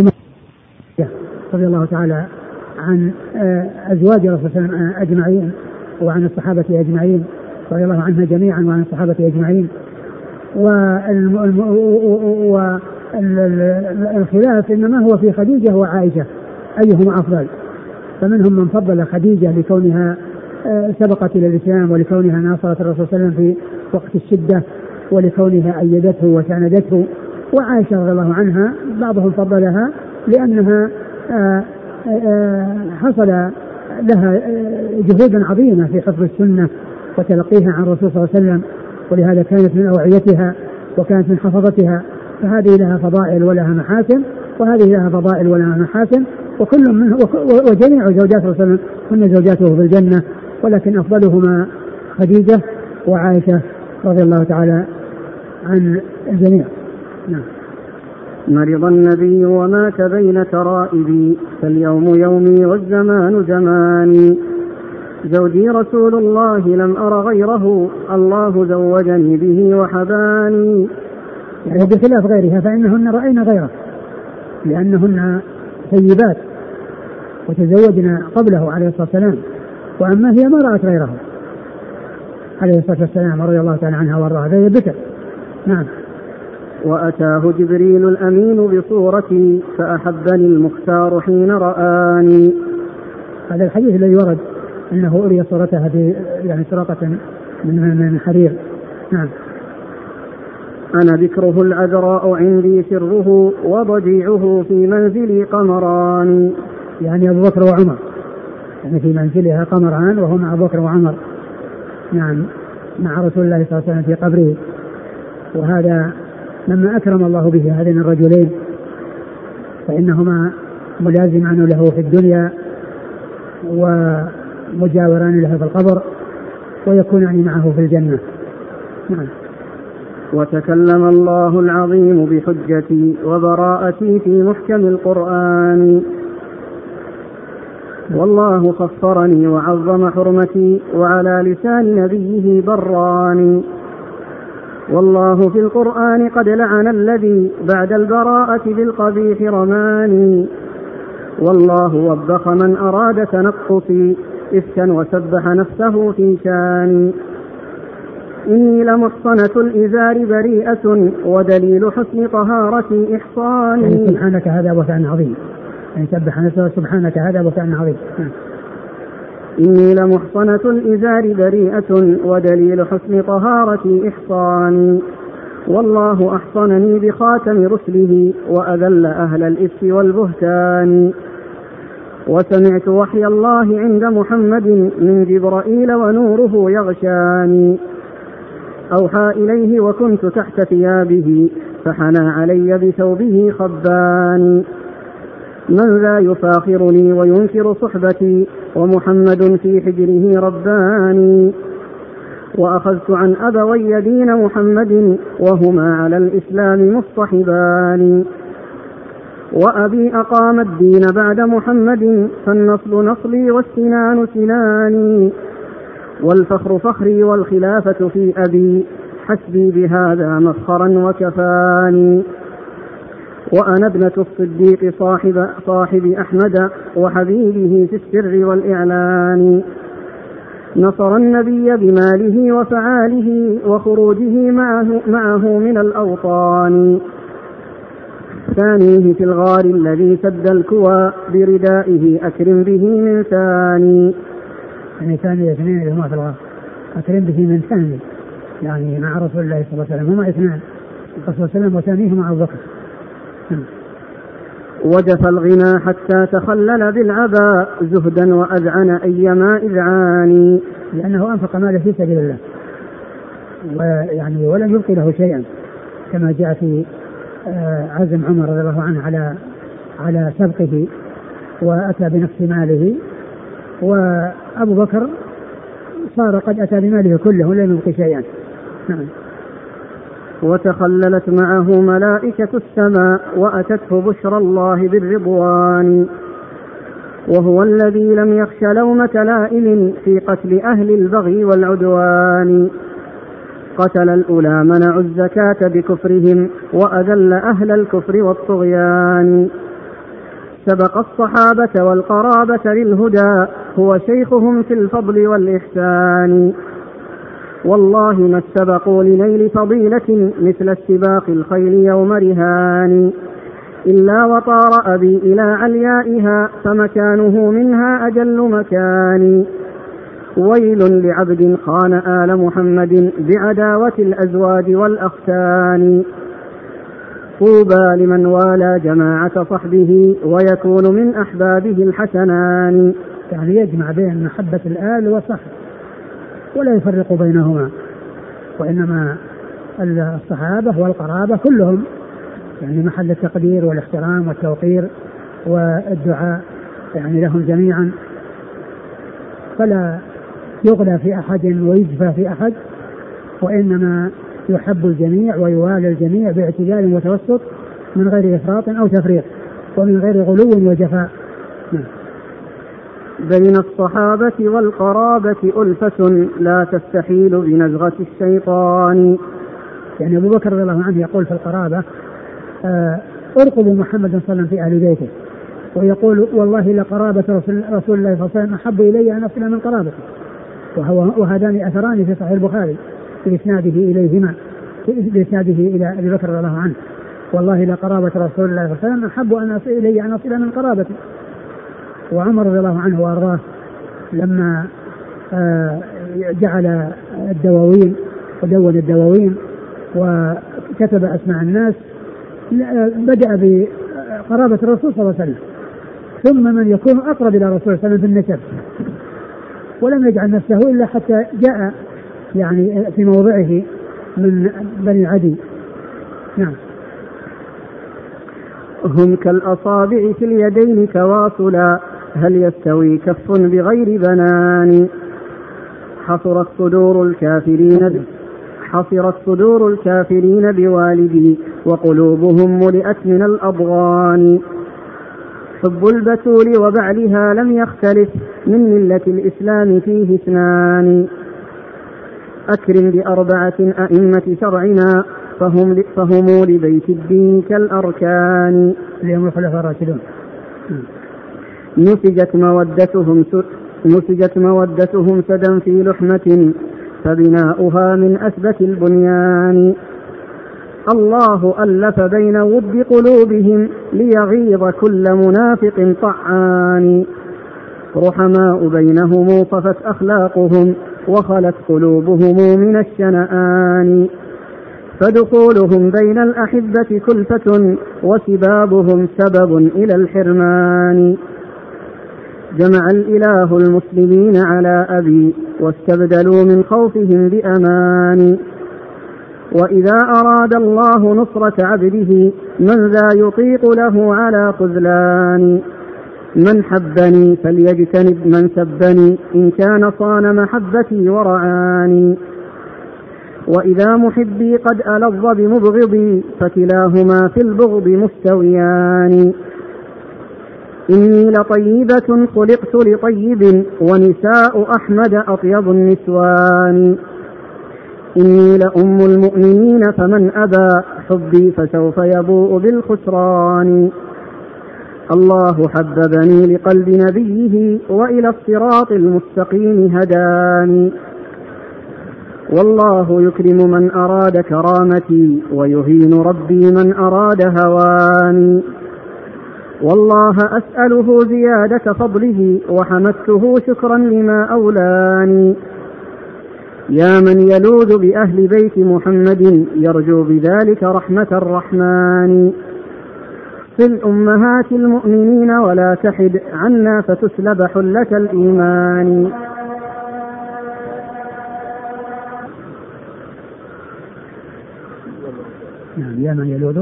رضي الله تعالى عن أزواج الرسول صلى الله عليه وسلم أجمعين، وعن الصحابة أجمعين رضي الله عنها جميعا وعن الصحابة أجمعين. والخلاف إنما هو في خديجة وعائشة أيهما أفضل، فمنهم من فضل خديجة لكونها سبقت إلى الإسلام ولكونها ناصرت الرسول صلى الله عليه وسلم في وقت الشدة ولكونها أيدته وساندته، وعائشة رضي الله عنها بعضهم فضلها لأنها حصل لها جهود عظيمة في حفظ السنة وتلقيها عن الرسول صلى الله عليه وسلم، ولهذا كانت من أوعيتها وكانت من حفظتها. فهذه لها فضائل ولها محاسن، وهذه لها فضائل ولها محاسن، وكل منه وجميع زوجات الرسول صلى الله عليه وسلم كن زوجاته في الجنة، ولكن أفضلهما خديجة وعائشة رضي الله تعالى عن الجميع. نعم. مرض النبي ومات بين ترائبي، فاليوم يومي والزمان زماني. زوجي رسول الله لم أر غيره، الله زوجني به وحباني. يعني بخلاف غيرها فإنهن رأينا غيره، لأنهن ثيبات وتزوجنا قبله عليه الصلاة والسلام، وأما هي ما رأت غيره عليه الصلاة والسلام رضي الله تعالى عنها وارضاها، فهي بكر. نعم. وأتاه جبريل الأمين بصورتي، فأحبني المختار حين رآني. هذا الحديث الذي ورد أنه أري صورتها في يعني سراقة من من حرير. نعم. أنا ذكره العذراء عندي سره، وضجيعه في منزلي قمران. يعني أبو بكر وعمر، يعني في منزلها قمران وهو مع أبو بكر وعمر. نعم، مع رسول الله صلى الله عليه وسلم في قبره. وهذا لما أكرم الله به هذين الرجلين فإنهما ملازمان له في الدنيا ومجاوران له في القبر، ويكونان معه في الجنة. نعم. وتكلم الله العظيم بحجتي وبراءتي في محكم القرآن. والله صفرني وعظم حرمتي وعلى لسان نبيه براني. والله في القرآن قد لعن الذي بعد البراءة بالقبيح رماني. والله وبخ من أراد تنقصي إفكا وسبح نفسه في شاني. إني لمحصنة الإزار بريئة ودليل حسن طهارتي إحصاني. يعني سبحانك هذا بهتان عظيم، يعني سبح نفسه سبحانك هذا بهتان عظيم. إني لمحصنة الإزار بريئة ودليل حسن طهارتي إحصاني. والله أحصنني بخاتم رسله وأذل أهل الإفك والبهتان. وسمعت وحي الله عند محمد من جبرائيل ونوره يغشاني. أوحى إليه وكنت تحت ثيابه فحنى علي بثوبه خباني. من ذا يفاخرني وينكر صحبتي ومحمد في حجره رباني. وأخذت عن أبوي دين محمد وهما على الإسلام مصطحبان. وأبي أقام الدين بعد محمد فالنصل نصلي والسنان سناني. والفخر فخري والخلافة في أبي حسبي بهذا مفخرا وكفاني. وأنا ابنة الصديق صاحب, صاحب أحمد وحبيبه في السر والإعلان. نصر النبي بماله وفعاله وخروجه معه, معه من الأوطان. ثانيه في الغار الذي سد الكوى بردائه أكرم به من ثاني. يعني ثاني اثنين هما في الغار أكرم به من ثاني، يعني مع رسول الله صلى الله عليه وسلم هما اثنان، الرسول صلى الله عليه وسلم وثانيه مع أبو بكر. وجف الغنى حتى تخلل بالعباء زهدا وأذعن أيما إذعاني. لأنه أنفق ماله في سبيل الله ويعني ولم يبقي له شيئا، كما جاء في عزم عمر رضي الله عنه على على سبقه وأتى بنفس ماله، وأبو بكر صار قد أتى بماله كله ولم يبقي شيئا. نعم. وتخللت معه ملائكة السماء وأتته بشرى الله بالرضوان. وهو الذي لم يخش لومة لائم في قتل أهل البغي والعدوان. قتل الأولى منعوا الزكاة بكفرهم وأذل أهل الكفر والطغيان. سبق الصحابة والقرابة للهدى هو شيخهم في الفضل والإحسان. والله ما استبقوا لنيل فضيلة مثل استباق الخيل يوم رهان. إلا وطار أبي إلى عليائها فمكانه منها أجل مكان. ويل لعبد خان آل محمد بعداوة الأزواج والأختان. طوبى لمن والى جماعة صحبه ويكون من أحبابه الحسنان. يعني يجمع بين محبة الآل والصحب ولا يفرق بينهما، وإنما الصحابة والقرابة كلهم يعني محل التقدير والاحترام والتوقير والدعاء يعني لهم جميعا، فلا يغلى في أحد ويجفى في أحد، وإنما يحب الجميع ويوالى الجميع باعتدال وتوسط من غير إفراط أو تفريط ومن غير غلو وجفاء. بين الصحابة والقرابة ألفة لا تستحيل بنزغة الشيطان. يعني أبو بكر رضي الله عنه يقول في القرابة أرقبوا محمد صلى الله عليه وسلم في أهل بيته، ويقول والله لقرابة رسول, رسول الله صلى الله عليه وسلم أحب إلي أن أصل من قرابته. وهذان أثران في صحيح البخاري بإسناده إليهما بإسناده إلى أبي بكر رضي الله عنه، والله لقرابة رسول الله صلى الله عليه وسلم أحب أن أصل إلي أن أصل من قرابته. وعمر رضي الله عنه وأرضاه لما جعل الدواوين ودون الدواوين وكتب أسماء الناس بدأ بقرابة الرسول صلى الله عليه وسلم، ثم من يكون أقرب إلى الرسول صلى الله عليه وسلم بالنسب، ولم يجعل نفسه إلا حتى جاء يعني في موضعه من بني عدي. نعم. هم كالأصابع في اليدين كواصلا هل يستوي كف بغير بنان. حصرت صدور الكافرين حصرت صدور الكافرين بوالدي وقلوبهم ملئت من الأضغان. حب البتول وبعلها لم يختلف من ملة الإسلام فيه اثنان. أكرم بأربعة أئمة شرعنا فهم, فهم لبيت الدين كالأركان. اليوم الخلفاء الراشدون نسجت مودتهم, نسجت مودتهم سدا في لحمة فبناؤها من أثبت البنيان. الله ألف بين ود قلوبهم ليغيظ كل منافق طعان. رحماء بينهم صفت أخلاقهم وخلت قلوبهم من الشنآن. فدخولهم بين الأحبة كلفة وسبابهم سبب إلى الحرمان. جمع الإله المسلمين على أبي واستبدلوا من خوفهم بأمان. وإذا أراد الله نصرة عبده من ذا يطيق له على خذلان. من حبني فليجتنب من سبني إن كان صان محبتي ورعاني. وإذا محبي قد ألظ بمبغضي فكلاهما في البغض مستويان. إني لطيبة خلقت لطيب ونساء أحمد أطيب النسوان. إني لأم المؤمنين فمن أبى حبي فسوف يبوء بالخسران. الله حببني لقلب نبيه وإلى الصراط المستقيم هداني. والله يكرم من أراد كرامتي ويهين ربي من أراد هواني. والله أسأله زيادة فضله وحمدته شكرا لما أولاني. يا من يلوذ بأهل بيت محمد يرجو بذلك رحمة الرحمن. صل أمهات المؤمنين ولا تحد عنا فتسلب حلة الإيمان. يا من يلوذ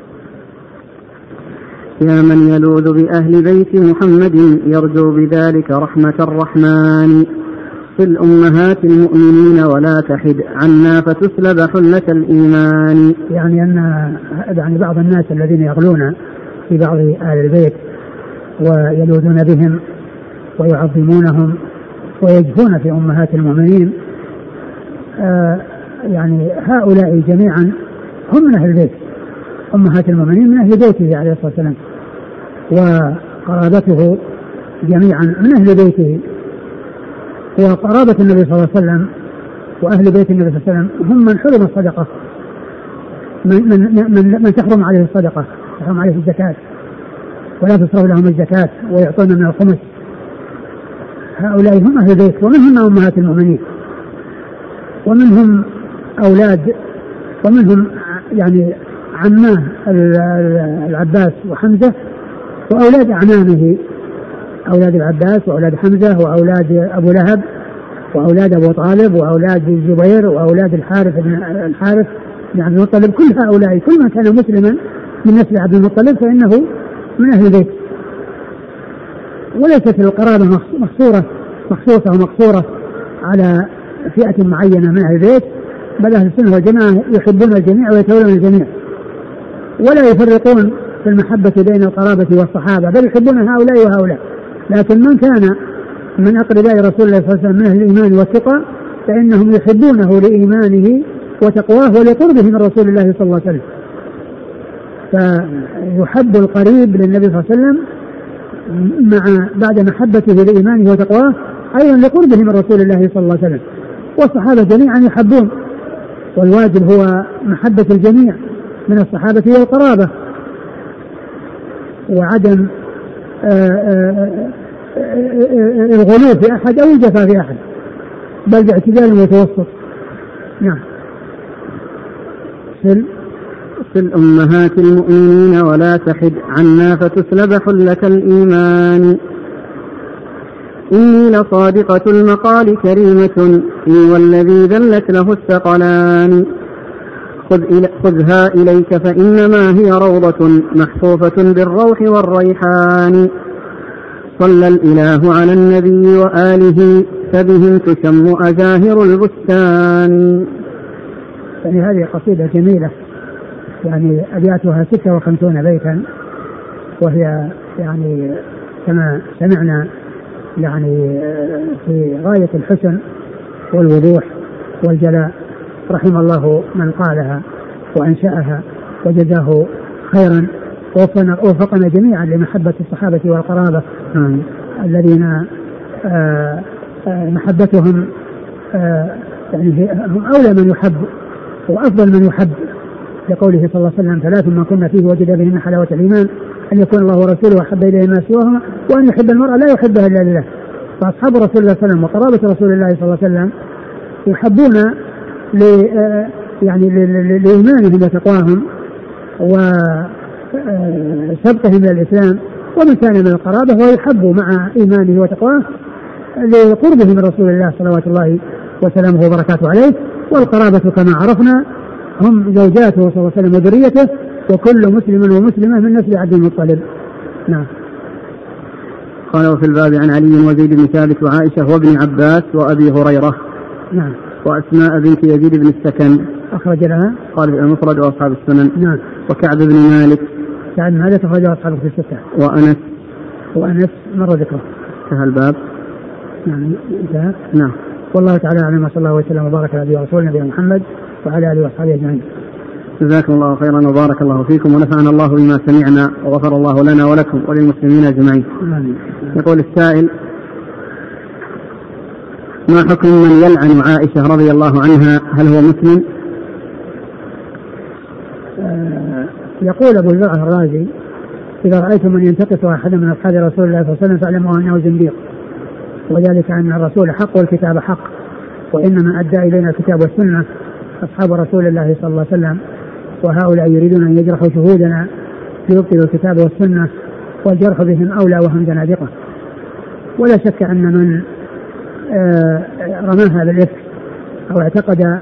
يا من يلوذ بأهل بيت محمد يرجو بذلك رحمة الرحمن. صل أمهات المؤمنين ولا تحد عنا فتسلب حلة الإيمان. يعني أن يعني بعض الناس الذين يغلون في بعض أهل البيت ويلوذون بهم ويعظمونهم ويجفون في أمهات المؤمنين آه يعني هؤلاء جميعا هم من أهل البيت. أمهات المؤمنين من أهل بيته عليه الصلاة والسلام وقرابته جميعا من أهل بيته. وقرابة النبي صلى الله عليه وسلم وأهل بيت النبي صلى الله عليه وسلم هم من حرم الصدقة من, من, من, من تحرم عليه الصدقة تحرم عليه الزكاة ولا تصرف لهم الزكاة ويعطون من الخمس. هؤلاء هم أهل البيت ومنهم أمهات المؤمنين ومنهم أولاد ومنهم يعني عماه العباس وحمزة وأولاد أعمامه أولاد العباس وأولاد حمزة وأولاد أبو لهب وأولاد أبو طالب وأولاد الزبير وأولاد الحارث بن الحارث بن عبد المطلب. كل هؤلاء كل من كان مسلما من نسل عبد المطلب فإنه من أهل البيت. وليست القرابة مخصورة مخصوصة ومقصورة على فئة معينة من أهل البيت، بل أهل السنة والجماعة يحبون الجميع ويتولون الجميع ولا يفرقون في المحبة بين القرابة والصحابة، بل يحبون هؤلاء وهؤلاء. لكن من كان من أقرباء رسول الله صلى الله عليه وسلم من أهل الإيمان والتقى فإنهم يحبونه لإيمانه وتقواه ولقربه من رسول الله صلى الله عليه وسلم. فيحب القريب للنبي صلى الله عليه وسلم مع بعد محبته لإيمانه وتقواه أيضا لقربه من رسول الله صلى الله عليه وسلم. والصحابة جميعا يحبون، والواجب هو محبة الجميع من الصحابة والقرابة وعدم الغلو في أحد أو الجفا في أحد، بل باعتدال وتوسط. نعم. صل صل أمهات المؤمنين ولا تحد عنا فتسلب حلة الإيمان. إني لصادقة المقال كريمة إي والذي ذلت له الثقلان. خذ إلي خذها إليك فإنما هي روضة محفوفة بالروح والريحان. صلى الإله على النبي وآله فبهم تشم أزاهر البستان. يعني هذه قصيدة جميلة، يعني أبياتها ستة وخمسون بيتا، وهي يعني كما سمعنا يعني في غاية الحسن والوضوح والجلاء، رحم الله من قالها وأنشأها وجزاه خيرا، ووفقنا جميعا لمحبة الصحابة والقرابة الذين آآ آآ محبتهم يعني هم أولى من يحب وأفضل من يحب، لقوله صلى الله عليه وسلم: ثلاث من كنا فيه وجد بهن حلاوة الإيمان، أن يكون الله ورسوله أحب إليه ما سواهما، وأن يحب المرء لا يحبها إلا لله. فأصحاب رسول الله صلى الله عليه وسلم وقرابة رسول الله صلى الله عليه وسلم يحبون ل يعني لإيمانهم وتقواهم وسبقهم إلى الإسلام، ومن كان من القرابة هو يحب مع إيمانه وتقواه لقربه من رسول الله صلوات الله وسلامه وبركاته عليه. والقرابة كما عرفنا هم زوجاته صلى الله عليه وسلم وذريته، وكل مسلم ومسلمة من نسل عبد المطلب. نعم. قال: وفي الباب عن علي وزيد بن ثابت وعائشة وابن عباس وأبي هريرة. نعم. وأسماء بنت يزيد بن السكن. أخرج لها قال في المفرد وأصحاب السنن. نعم. وكعب بن مالك. كعب بن مالك أخرجه أصحاب في الستة. وأنس. وأنس مر ذكره. انتهى الباب. نعم انتهى. نعم. والله تعالى أعلم، وصلى الله وسلم وبارك على نبينا ورسولنا نبينا محمد وعلى آله وأصحابه أجمعين. جزاكم الله خيرا وبارك الله فيكم ونفعنا الله بما سمعنا وغفر الله لنا ولكم وللمسلمين أجمعين. يقول السائل: ما حكم من يلعن عائشة رضي الله عنها؟ هل هو مسلم؟ آه يقول أبو زرع الرازي: إذا رأيتم من ينتقص أحدا من أصحاب رسول الله صلى الله عليه وسلم فاعلموا أنه زنديق، وذلك أن الرسول حق والكتاب حق، وإنما أدى إلينا الكتاب والسنة أصحاب رسول الله صلى الله عليه وسلم، وهؤلاء يريدون أن يجرحوا شهودنا ليبطلوا الكتاب والسنة، والجرح بهم أولى وهم زنادقة. ولا شك أن من آه رماها بالإفك أو اعتقد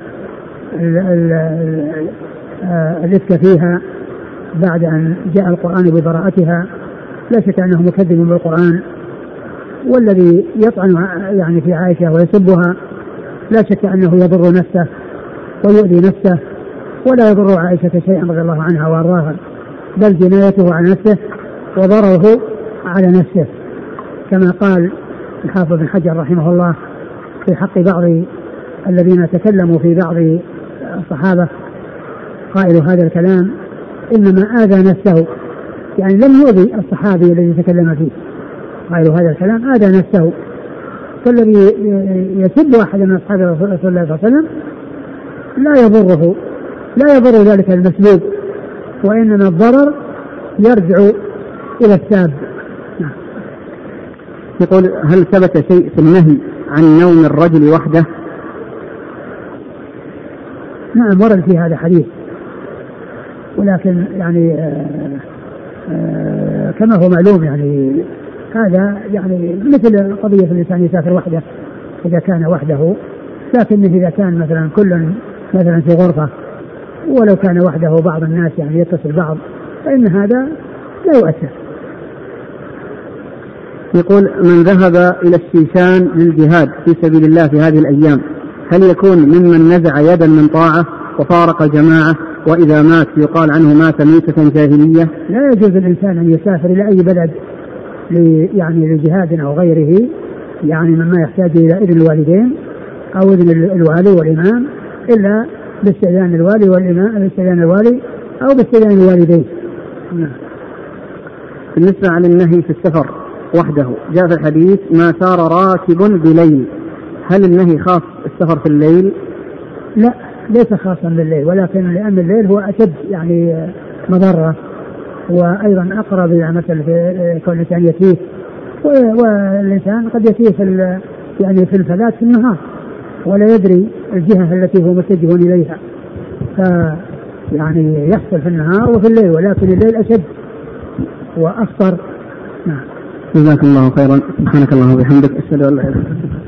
الإفك فيها بعد أن جاء القرآن ببراءتها لا شك أنه مكذب بالقرآن. والذي يطعن يعني في عائشة ويسبها لا شك أنه يضر نفسه ويؤذي نفسه، ولا يضر عائشة شيئا رضي الله عنها وأرضاها، بل جنايته على نفسه وضرره على نفسه، كما قال الحافظ بن حجر رحمه الله في حق بعض الذين تكلموا في بعض الصحابة: قائل هذا الكلام إنما آذى نفسه، يعني لم يؤذي الصحابي الذي تكلم فيه، قائل هذا الكلام آذى نفسه. فالذي يسب أحد من أصحاب رسول الله صلى الله عليه وسلم لا يضره لا يضر ذلك المسلوب، وإنما الضرر يرجع إلى الساب. يقول: هل ثبت شيء في النهي عن نوم الرجل وحده؟ نعم ورد في هذا حديث، ولكن يعني آآ آآ كما هو معلوم يعني هذا يعني مثل قضية الإنسان يسافر وحده إذا كان وحده، لكن إذا كان مثلا كل مثلا في غرفة ولو كان وحده بعض الناس يعني يتصل بعض فإن هذا لا يؤثر. يقول: من ذهب إلى الشيشان للجهاد في سبيل الله في هذه الأيام هل يكون ممن نزع يدا من طاعة وفارق جماعة، وإذا مات يقال عنه مات ميتة جاهلية؟ لا يجوز الإنسان أن يسافر إلى أي بلد يعني لجهاد أو غيره، يعني مما يحتاج إلى إذن الوالدين أو إذن الوالي والإمام، إلا باستئذان الوالي والإمام، باستئذان الوالي أو باستئذان الوالدين. بالنسبة عن النهي في السفر وحده جاء في الحديث: ما سار راكب بليل، هل النهي خاص السفر في الليل؟ لا ليس خاصا بالليل، ولكن لأن الليل هو أشد يعني مضرة، وأيضا أقرب إلى مثل في كون الإنسان يتيه، والإنسان قد يتيه في يعني في الفلات في النهار ولا يدري الجهة التي هو متجه إليها، فيعني يحصل في النهار وفي الليل، ولكن الليل أشد وأخطر. نعم. جزاكم الله خيرا. سبحانك اللهم وبحمدك، أشهد أن لا إله إلا أنت.